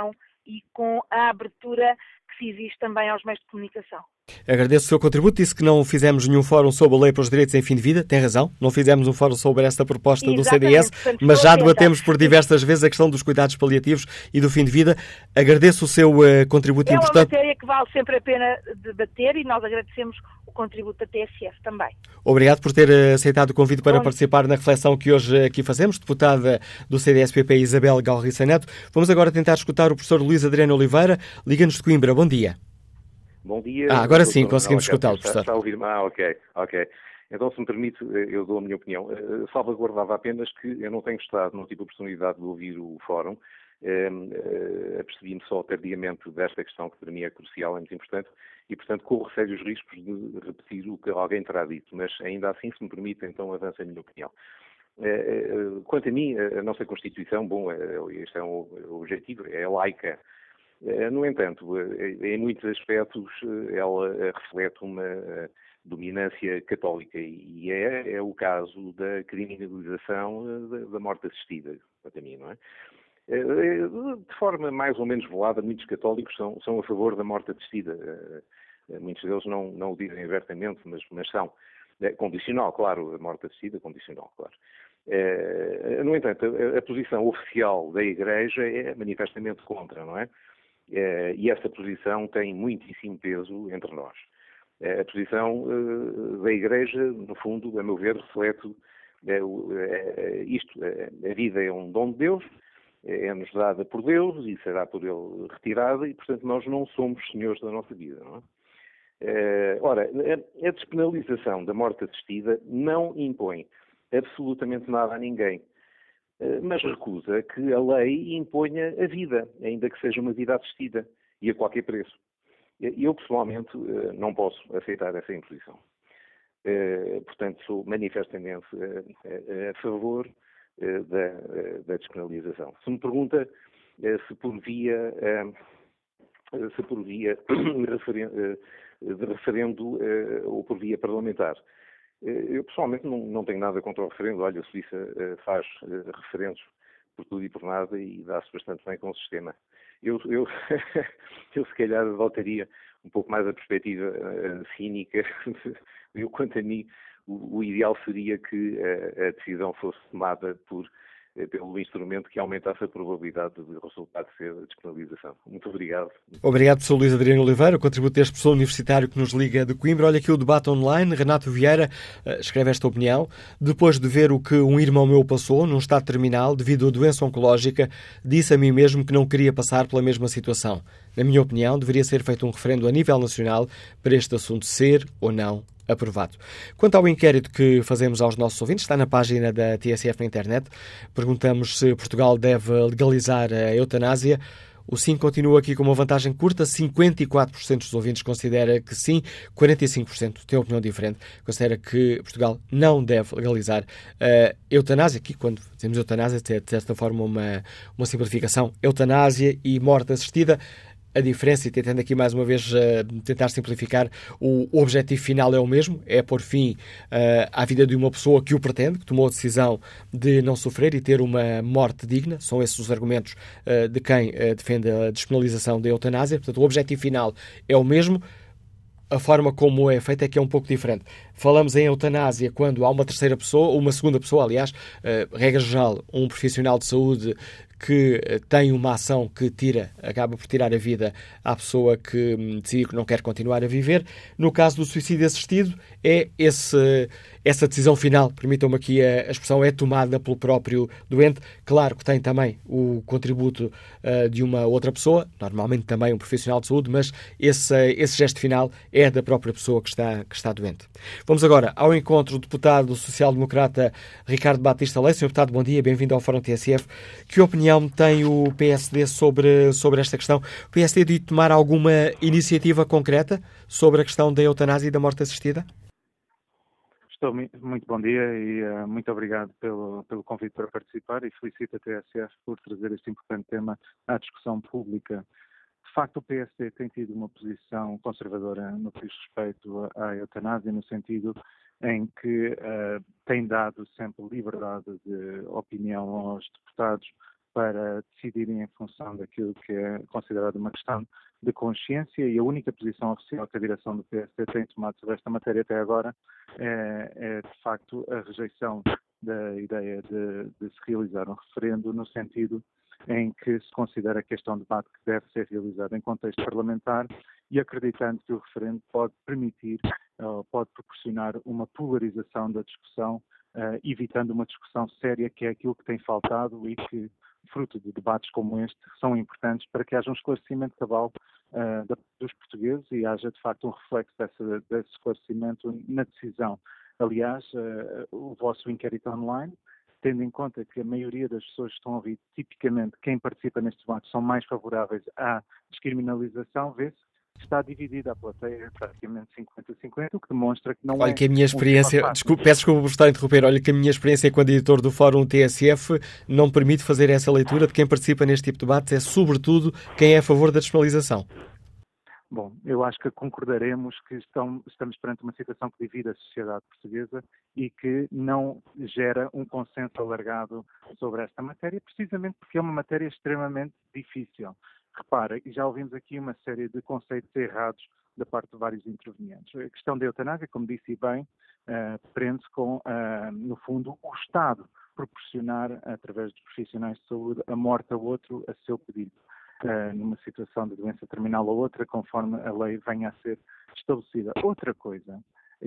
e com a abertura que se exige também aos meios de comunicação. Agradeço o seu contributo. Disse que não fizemos nenhum fórum sobre a lei para os direitos em fim de vida. Tem razão. Não fizemos um fórum sobre esta proposta do CDS, portanto, mas já debatemos por diversas vezes a questão dos cuidados paliativos e do fim de vida. Agradeço o seu contributo importante. É uma matéria que vale sempre a pena debater e nós agradecemos o contributo da TSF também. Obrigado por ter aceitado o convite para participar na reflexão que hoje aqui fazemos. Deputada do CDS-PP, Isabel Galriça Neto. Vamos agora tentar escutar o professor Luís Adriano Oliveira. Liga-nos de Coimbra. Bom dia. Bom dia. Agora sim, conseguimos escutá-lo, professor. Está a ouvir? Ok. Então, se me permite, eu dou a minha opinião. Salvaguardava apenas que eu não tenho estado, não tive a oportunidade de ouvir o fórum. Apercebi-me só tardiamente desta questão que para mim é crucial, é muito importante, e, portanto, corro sérios riscos de repetir o que alguém terá dito. Mas, ainda assim, se me permite, então avanço a minha opinião. Quanto a mim, a nossa Constituição, este é um objetivo, é laica. No entanto, em muitos aspectos, ela reflete uma dominância católica e é o caso da criminalização da morte assistida, quanto a mim, não é? De forma mais ou menos velada, muitos católicos são a favor da morte assistida. Muitos deles não o dizem abertamente, mas são. Condicional, claro, a morte assistida, condicional, claro. No entanto, a posição oficial da Igreja é manifestamente contra, não é? E esta posição tem muitíssimo peso entre nós. A posição da Igreja, no fundo, a meu ver, reflete isto. A vida é um dom de Deus, é-nos dada por Deus e será por Ele retirada e, portanto, nós não somos senhores da nossa vida, não é? Ora, a despenalização da morte assistida não impõe absolutamente nada a ninguém, mas recusa que a lei imponha a vida, ainda que seja uma vida assistida, e a qualquer preço. Eu, pessoalmente, não posso aceitar essa imposição. Portanto, sou manifestamente a favor da despenalização. Se me pergunta se por via de referendo ou por via parlamentar, eu pessoalmente não tenho nada contra o referendo. Olha, a Suíça faz referendos por tudo e por nada e dá-se bastante bem com o sistema. Eu se calhar adotaria um pouco mais a perspectiva cínica. Quanto a mim, o ideal seria que a decisão fosse tomada pelo instrumento que aumentasse a probabilidade de resultado ser a despenalização. Muito obrigado. Obrigado, professor Luís Adriano Oliveira, o contributo deste professor universitário que nos liga de Coimbra. Olha aqui o debate online. Renato Vieira escreve esta opinião. Depois de ver o que um irmão meu passou num estado terminal devido a doença oncológica, disse a mim mesmo que não queria passar pela mesma situação. Na minha opinião, deveria ser feito um referendo a nível nacional para este assunto ser ou não aprovado. Quanto ao inquérito que fazemos aos nossos ouvintes, está na página da TSF na internet. Perguntamos se Portugal deve legalizar a eutanásia. O sim continua aqui com uma vantagem curta. 54% dos ouvintes considera que sim, 45% tem opinião diferente. Considera que Portugal não deve legalizar a eutanásia. Aqui, quando dizemos eutanásia, é de certa forma uma simplificação. Eutanásia e morte assistida. A diferença, e tentando aqui mais uma vez tentar simplificar, o objetivo final é o mesmo, é pôr fim à vida de uma pessoa que o pretende, que tomou a decisão de não sofrer e ter uma morte digna. São esses os argumentos de quem defende a despenalização da eutanásia. Portanto, o objetivo final é o mesmo. A forma como é feita é que é um pouco diferente. Falamos em eutanásia quando há uma terceira pessoa, ou uma segunda pessoa, aliás, regra geral, um profissional de saúde que tem uma ação que acaba por tirar a vida à pessoa que decide que não quer continuar a viver. No caso do suicídio assistido, é essa decisão final, permitam-me aqui a expressão, é tomada pelo próprio doente. Claro que tem também o contributo de uma outra pessoa, normalmente também um profissional de saúde, mas esse gesto final é da própria pessoa que está doente. Vamos agora ao encontro do deputado social-democrata Ricardo Batista Leite. Senhor deputado, bom dia, bem-vindo ao Fórum TSF. Que opinião tem o PSD sobre esta questão? O PSD de tomar alguma iniciativa concreta sobre a questão da eutanásia e da morte assistida? Muito bom dia e muito obrigado pelo convite para participar e felicito a TSF por trazer este importante tema à discussão pública. De facto, o PSD tem tido uma posição conservadora no que diz respeito à eutanásia, no sentido em que tem dado sempre liberdade de opinião aos deputados para decidirem em função daquilo que é considerado uma questão de consciência, e a única posição oficial que a direção do PSD tem tomado sobre esta matéria até agora é de facto a rejeição da ideia de se realizar um referendo, no sentido em que se considera que este é um debate que deve ser realizado em contexto parlamentar, e acreditando que o referendo pode permitir, pode proporcionar uma polarização da discussão, evitando uma discussão séria, que é aquilo que tem faltado e que, fruto de debates como este, são importantes para que haja um esclarecimento cabal dos portugueses e haja, de facto, um reflexo desse esclarecimento na decisão. Aliás, o vosso inquérito online, tendo em conta que a maioria das pessoas que estão a ouvir, tipicamente quem participa nestes debates, são mais favoráveis à descriminalização, vê-se que está dividida a plateia, praticamente 50-50, o que demonstra que não Olha que a minha experiência, peço desculpa por estar a interromper, olha que a minha experiência enquanto editor do Fórum TSF não permite fazer essa leitura de quem participa neste tipo de debates, é sobretudo quem é a favor da despenalização. Bom, eu acho que concordaremos que estamos perante uma situação que divide a sociedade portuguesa e que não gera um consenso alargado sobre esta matéria, precisamente porque é uma matéria extremamente difícil. Repara, e já ouvimos aqui uma série de conceitos errados da parte de vários intervenientes. A questão da eutanásia, como disse bem, prende-se com, no fundo, o Estado proporcionar, através dos profissionais de saúde, a morte a outro a seu pedido, numa situação de doença terminal ou outra, conforme a lei venha a ser estabelecida. Outra coisa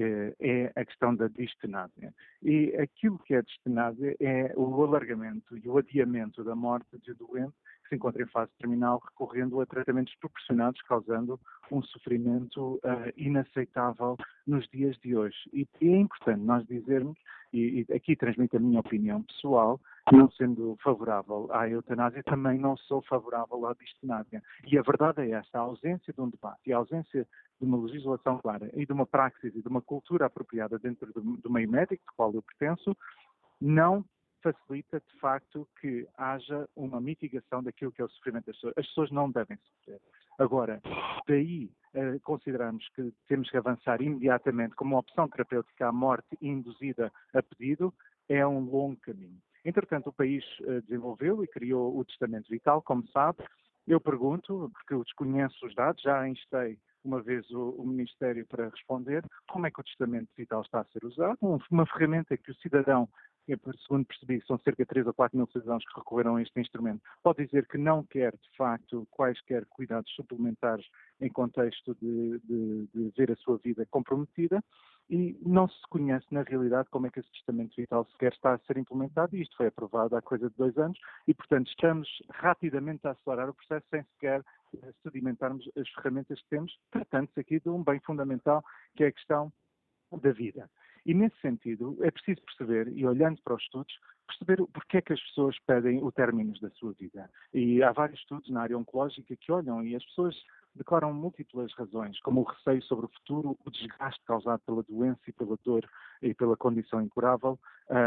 é a questão da distenásia. E aquilo que é distenásia é o alargamento e o adiamento da morte de um doente que se encontra em fase terminal, recorrendo a tratamentos proporcionados, causando um sofrimento inaceitável nos dias de hoje. E é importante nós dizermos, e aqui transmito a minha opinião pessoal, não sendo favorável à eutanásia, também não sou favorável à distenásia. E a verdade é esta: a ausência de um debate e a ausência de uma legislação clara e de uma praxis e de uma cultura apropriada dentro do meio médico, do qual eu pertenço, não facilita, de facto, que haja uma mitigação daquilo que é o sofrimento das pessoas. As pessoas não devem sofrer. Agora, daí consideramos que temos que avançar imediatamente como uma opção terapêutica à morte induzida a pedido, é um longo caminho. Entretanto, o país desenvolveu e criou o testamento vital, como sabe. Eu pergunto, porque eu desconheço os dados, já instei uma vez o Ministério para responder, como é que o testamento vital está a ser usado? Uma ferramenta que o cidadão, segundo percebi, são cerca de 3 ou 4 mil cidadãos que recorreram a este instrumento, pode dizer que não quer, de facto, quaisquer cuidados suplementares em contexto de ver a sua vida comprometida, e não se conhece, na realidade, como é que esse testamento vital sequer está a ser implementado, e isto foi aprovado há coisa de 2 anos, e, portanto, estamos rapidamente a acelerar o processo sem sequer sedimentarmos as ferramentas que temos, tratando-se aqui de um bem fundamental, que é a questão da vida. E, nesse sentido, é preciso perceber, e olhando para os estudos, perceber porque é que as pessoas pedem o término da sua vida. E há vários estudos na área oncológica que olham, e as pessoas declaram múltiplas razões, como o receio sobre o futuro, o desgaste causado pela doença e pela dor e pela condição incurável,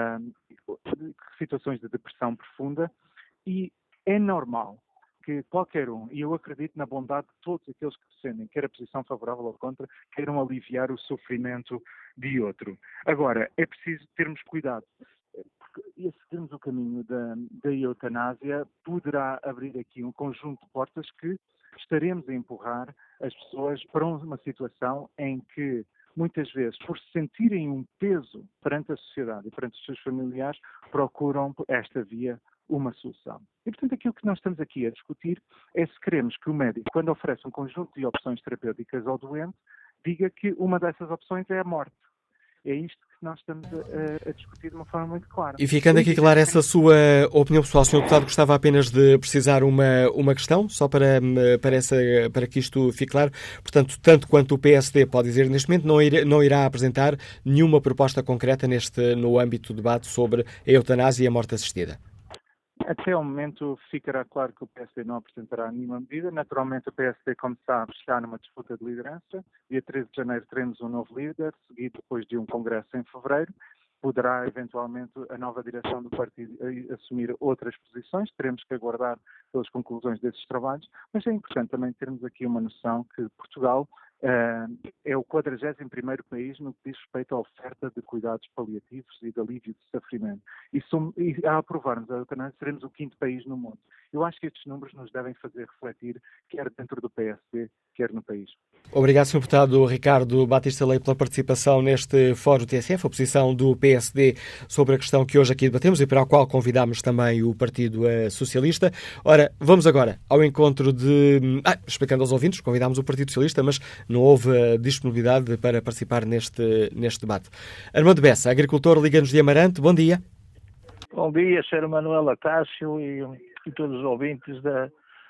situações de depressão profunda, e é normal que qualquer um, e eu acredito na bondade de todos aqueles que defendem, quer a posição favorável ou contra, queiram aliviar o sofrimento de outro. Agora, é preciso termos cuidado, porque se seguirmos o caminho da eutanásia, poderá abrir aqui um conjunto de portas que estaremos a empurrar as pessoas para uma situação em que, muitas vezes, por se sentirem um peso perante a sociedade e perante os seus familiares, procuram esta via uma solução. E, portanto, aquilo que nós estamos aqui a discutir é se queremos que o médico, quando oferece um conjunto de opções terapêuticas ao doente, diga que uma dessas opções é a morte. É isto que nós estamos a discutir de uma forma muito clara. E ficando aqui clara essa sua opinião pessoal, Sr. Deputado, gostava apenas de precisar uma questão, só para que isto fique claro. Portanto, tanto quanto o PSD pode dizer neste momento, não irá apresentar nenhuma proposta concreta no âmbito do debate sobre a eutanásia e a morte assistida. Até ao momento ficará claro que o PSD não apresentará nenhuma medida. Naturalmente o PSD, como sabe, está numa disputa de liderança. Dia 13 de janeiro teremos um novo líder, seguido depois de um congresso em fevereiro. Poderá, eventualmente, a nova direção do partido assumir outras posições. Teremos que aguardar pelas conclusões desses trabalhos. Mas é importante também termos aqui uma noção que Portugal é é o 41º país no que diz respeito à oferta de cuidados paliativos e de alívio de sofrimento. E a aprovarmos a eutanásia, seremos o 5º país no mundo. Eu acho que estes números nos devem fazer refletir, quer dentro do PSD, quer no país. Obrigado, Sr. Deputado Ricardo Batista Leite, pela participação neste Fórum TSF, a posição do PSD sobre a questão que hoje aqui debatemos e para a qual convidámos também o Partido Socialista. Ora, vamos agora ao encontro de... explicando aos ouvintes, convidámos o Partido Socialista, mas não houve disponibilidade para participar neste debate. Armando Bessa, agricultor, Liga-nos de Amarante, bom dia. Bom dia, Sr. Manuel Acácio e todos os ouvintes da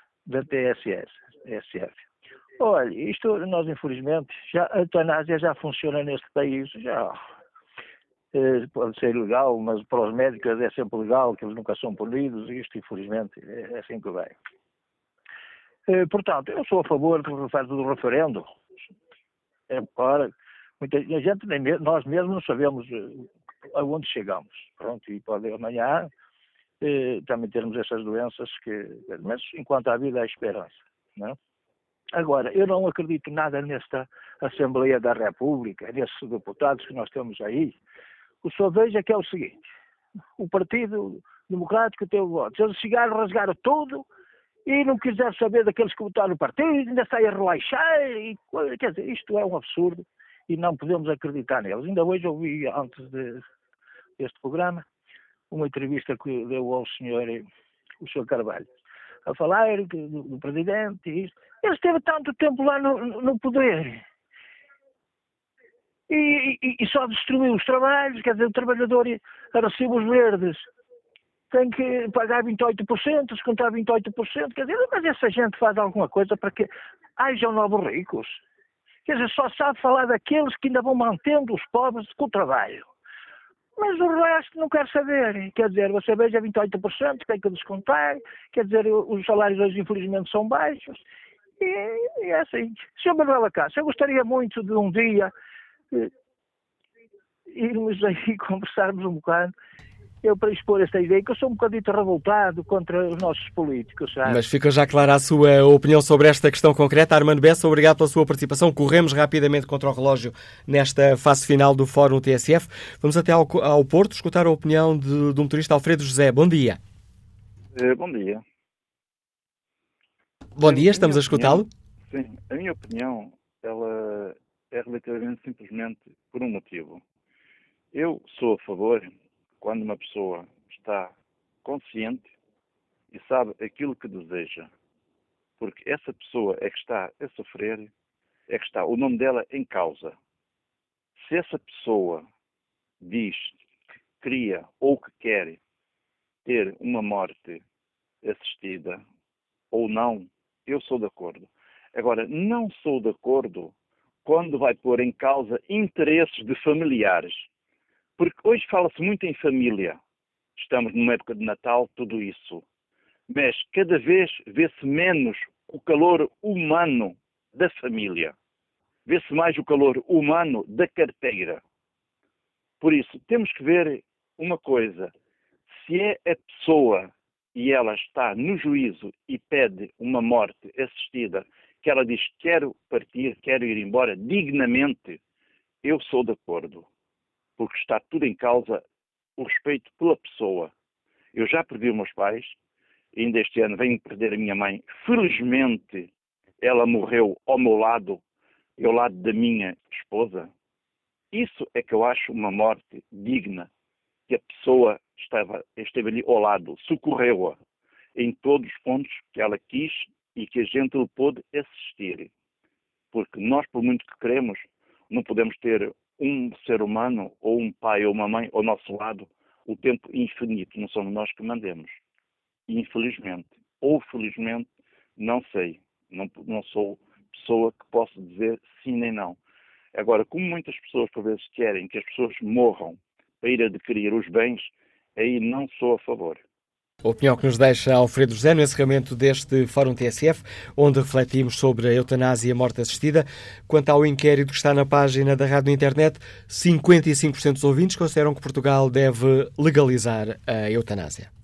TSF. Olha, isto nós infelizmente, a eutanásia já funciona neste país, já pode ser legal, mas para os médicos é sempre legal, que eles nunca são punidos, e isto infelizmente é assim que vai. Portanto, eu sou a favor do referendo. Ora, muita gente, nós mesmos não sabemos aonde chegamos. Pronto, e pode amanhã também termos essas doenças, mas enquanto há vida há esperança, não é? Agora, eu não acredito nada nesta Assembleia da República, nesses deputados que nós temos aí. O senhor veja que é o seguinte, o Partido Democrático tem o voto. Se eles chegaram, rasgaram tudo e não quiseram saber daqueles que votaram no partido, ainda saem a relaxar. Quer dizer, isto é um absurdo e não podemos acreditar neles. Ainda hoje ouvi, antes deste programa, uma entrevista que deu ao senhor, o senhor Carvalho, a falar do presidente e isto. Ele esteve tanto tempo lá no poder e só destruiu os trabalhos, quer dizer, o trabalhador a recibos verdes tem que pagar 28%, descontar 28%, quer dizer, mas essa gente faz alguma coisa para que hajam novos ricos. Quer dizer, só sabe falar daqueles que ainda vão mantendo os pobres com o trabalho. Mas o resto não quer saber. Quer dizer, você veja 28%, tem que descontar, quer dizer, os salários hoje infelizmente são baixos. E é assim. Sr. Manuel Acácio, eu gostaria muito de um dia irmos aí conversarmos um bocado, eu para expor esta ideia, que eu sou um bocadito revoltado contra os nossos políticos, sabe? Mas fica já clara a sua opinião sobre esta questão concreta. Armando Bessa, obrigado pela sua participação. Corremos rapidamente contra o relógio nesta fase final do Fórum TSF. Vamos até ao Porto escutar a opinião do motorista Alfredo José. Bom dia. Bom dia. Bom dia, estamos a escutá-lo. Sim, a minha opinião, ela é relativamente simplesmente por um motivo. Eu sou a favor, quando uma pessoa está consciente e sabe aquilo que deseja, porque essa pessoa é que está a sofrer, é que está o nome dela em causa. Se essa pessoa diz que queria ou que quer ter uma morte assistida ou não, eu sou de acordo. Agora, não sou de acordo quando vai pôr em causa interesses de familiares. Porque hoje fala-se muito em família. Estamos numa época de Natal, tudo isso. Mas cada vez vê-se menos o calor humano da família. Vê-se mais o calor humano da carteira. Por isso, temos que ver uma coisa. Se é a pessoa e ela está no juízo e pede uma morte assistida, que ela diz quero partir, quero ir embora dignamente, eu sou de acordo. Porque está tudo em causa o respeito pela pessoa. Eu já perdi os meus pais, ainda este ano venho perder a minha mãe. Felizmente, ela morreu ao meu lado e ao lado da minha esposa. Isso é que eu acho uma morte digna, que a pessoa esteve ali ao lado, socorreu-a em todos os pontos que ela quis e que a gente lhe pôde assistir. Porque nós, por muito que queremos, não podemos ter um ser humano, ou um pai ou uma mãe ao nosso lado, o tempo infinito. Não somos nós que mandemos. Infelizmente. Ou felizmente, não sei. Não sou pessoa que posso dizer sim nem não. Agora, como muitas pessoas por vezes querem que as pessoas morram para ir adquirir os bens, aí não sou a favor. A opinião que nos deixa Alfredo José no encerramento deste Fórum TSF, onde refletimos sobre a eutanásia e a morte assistida. Quanto ao inquérito que está na página da rádio na internet, 55% dos ouvintes consideram que Portugal deve legalizar a eutanásia.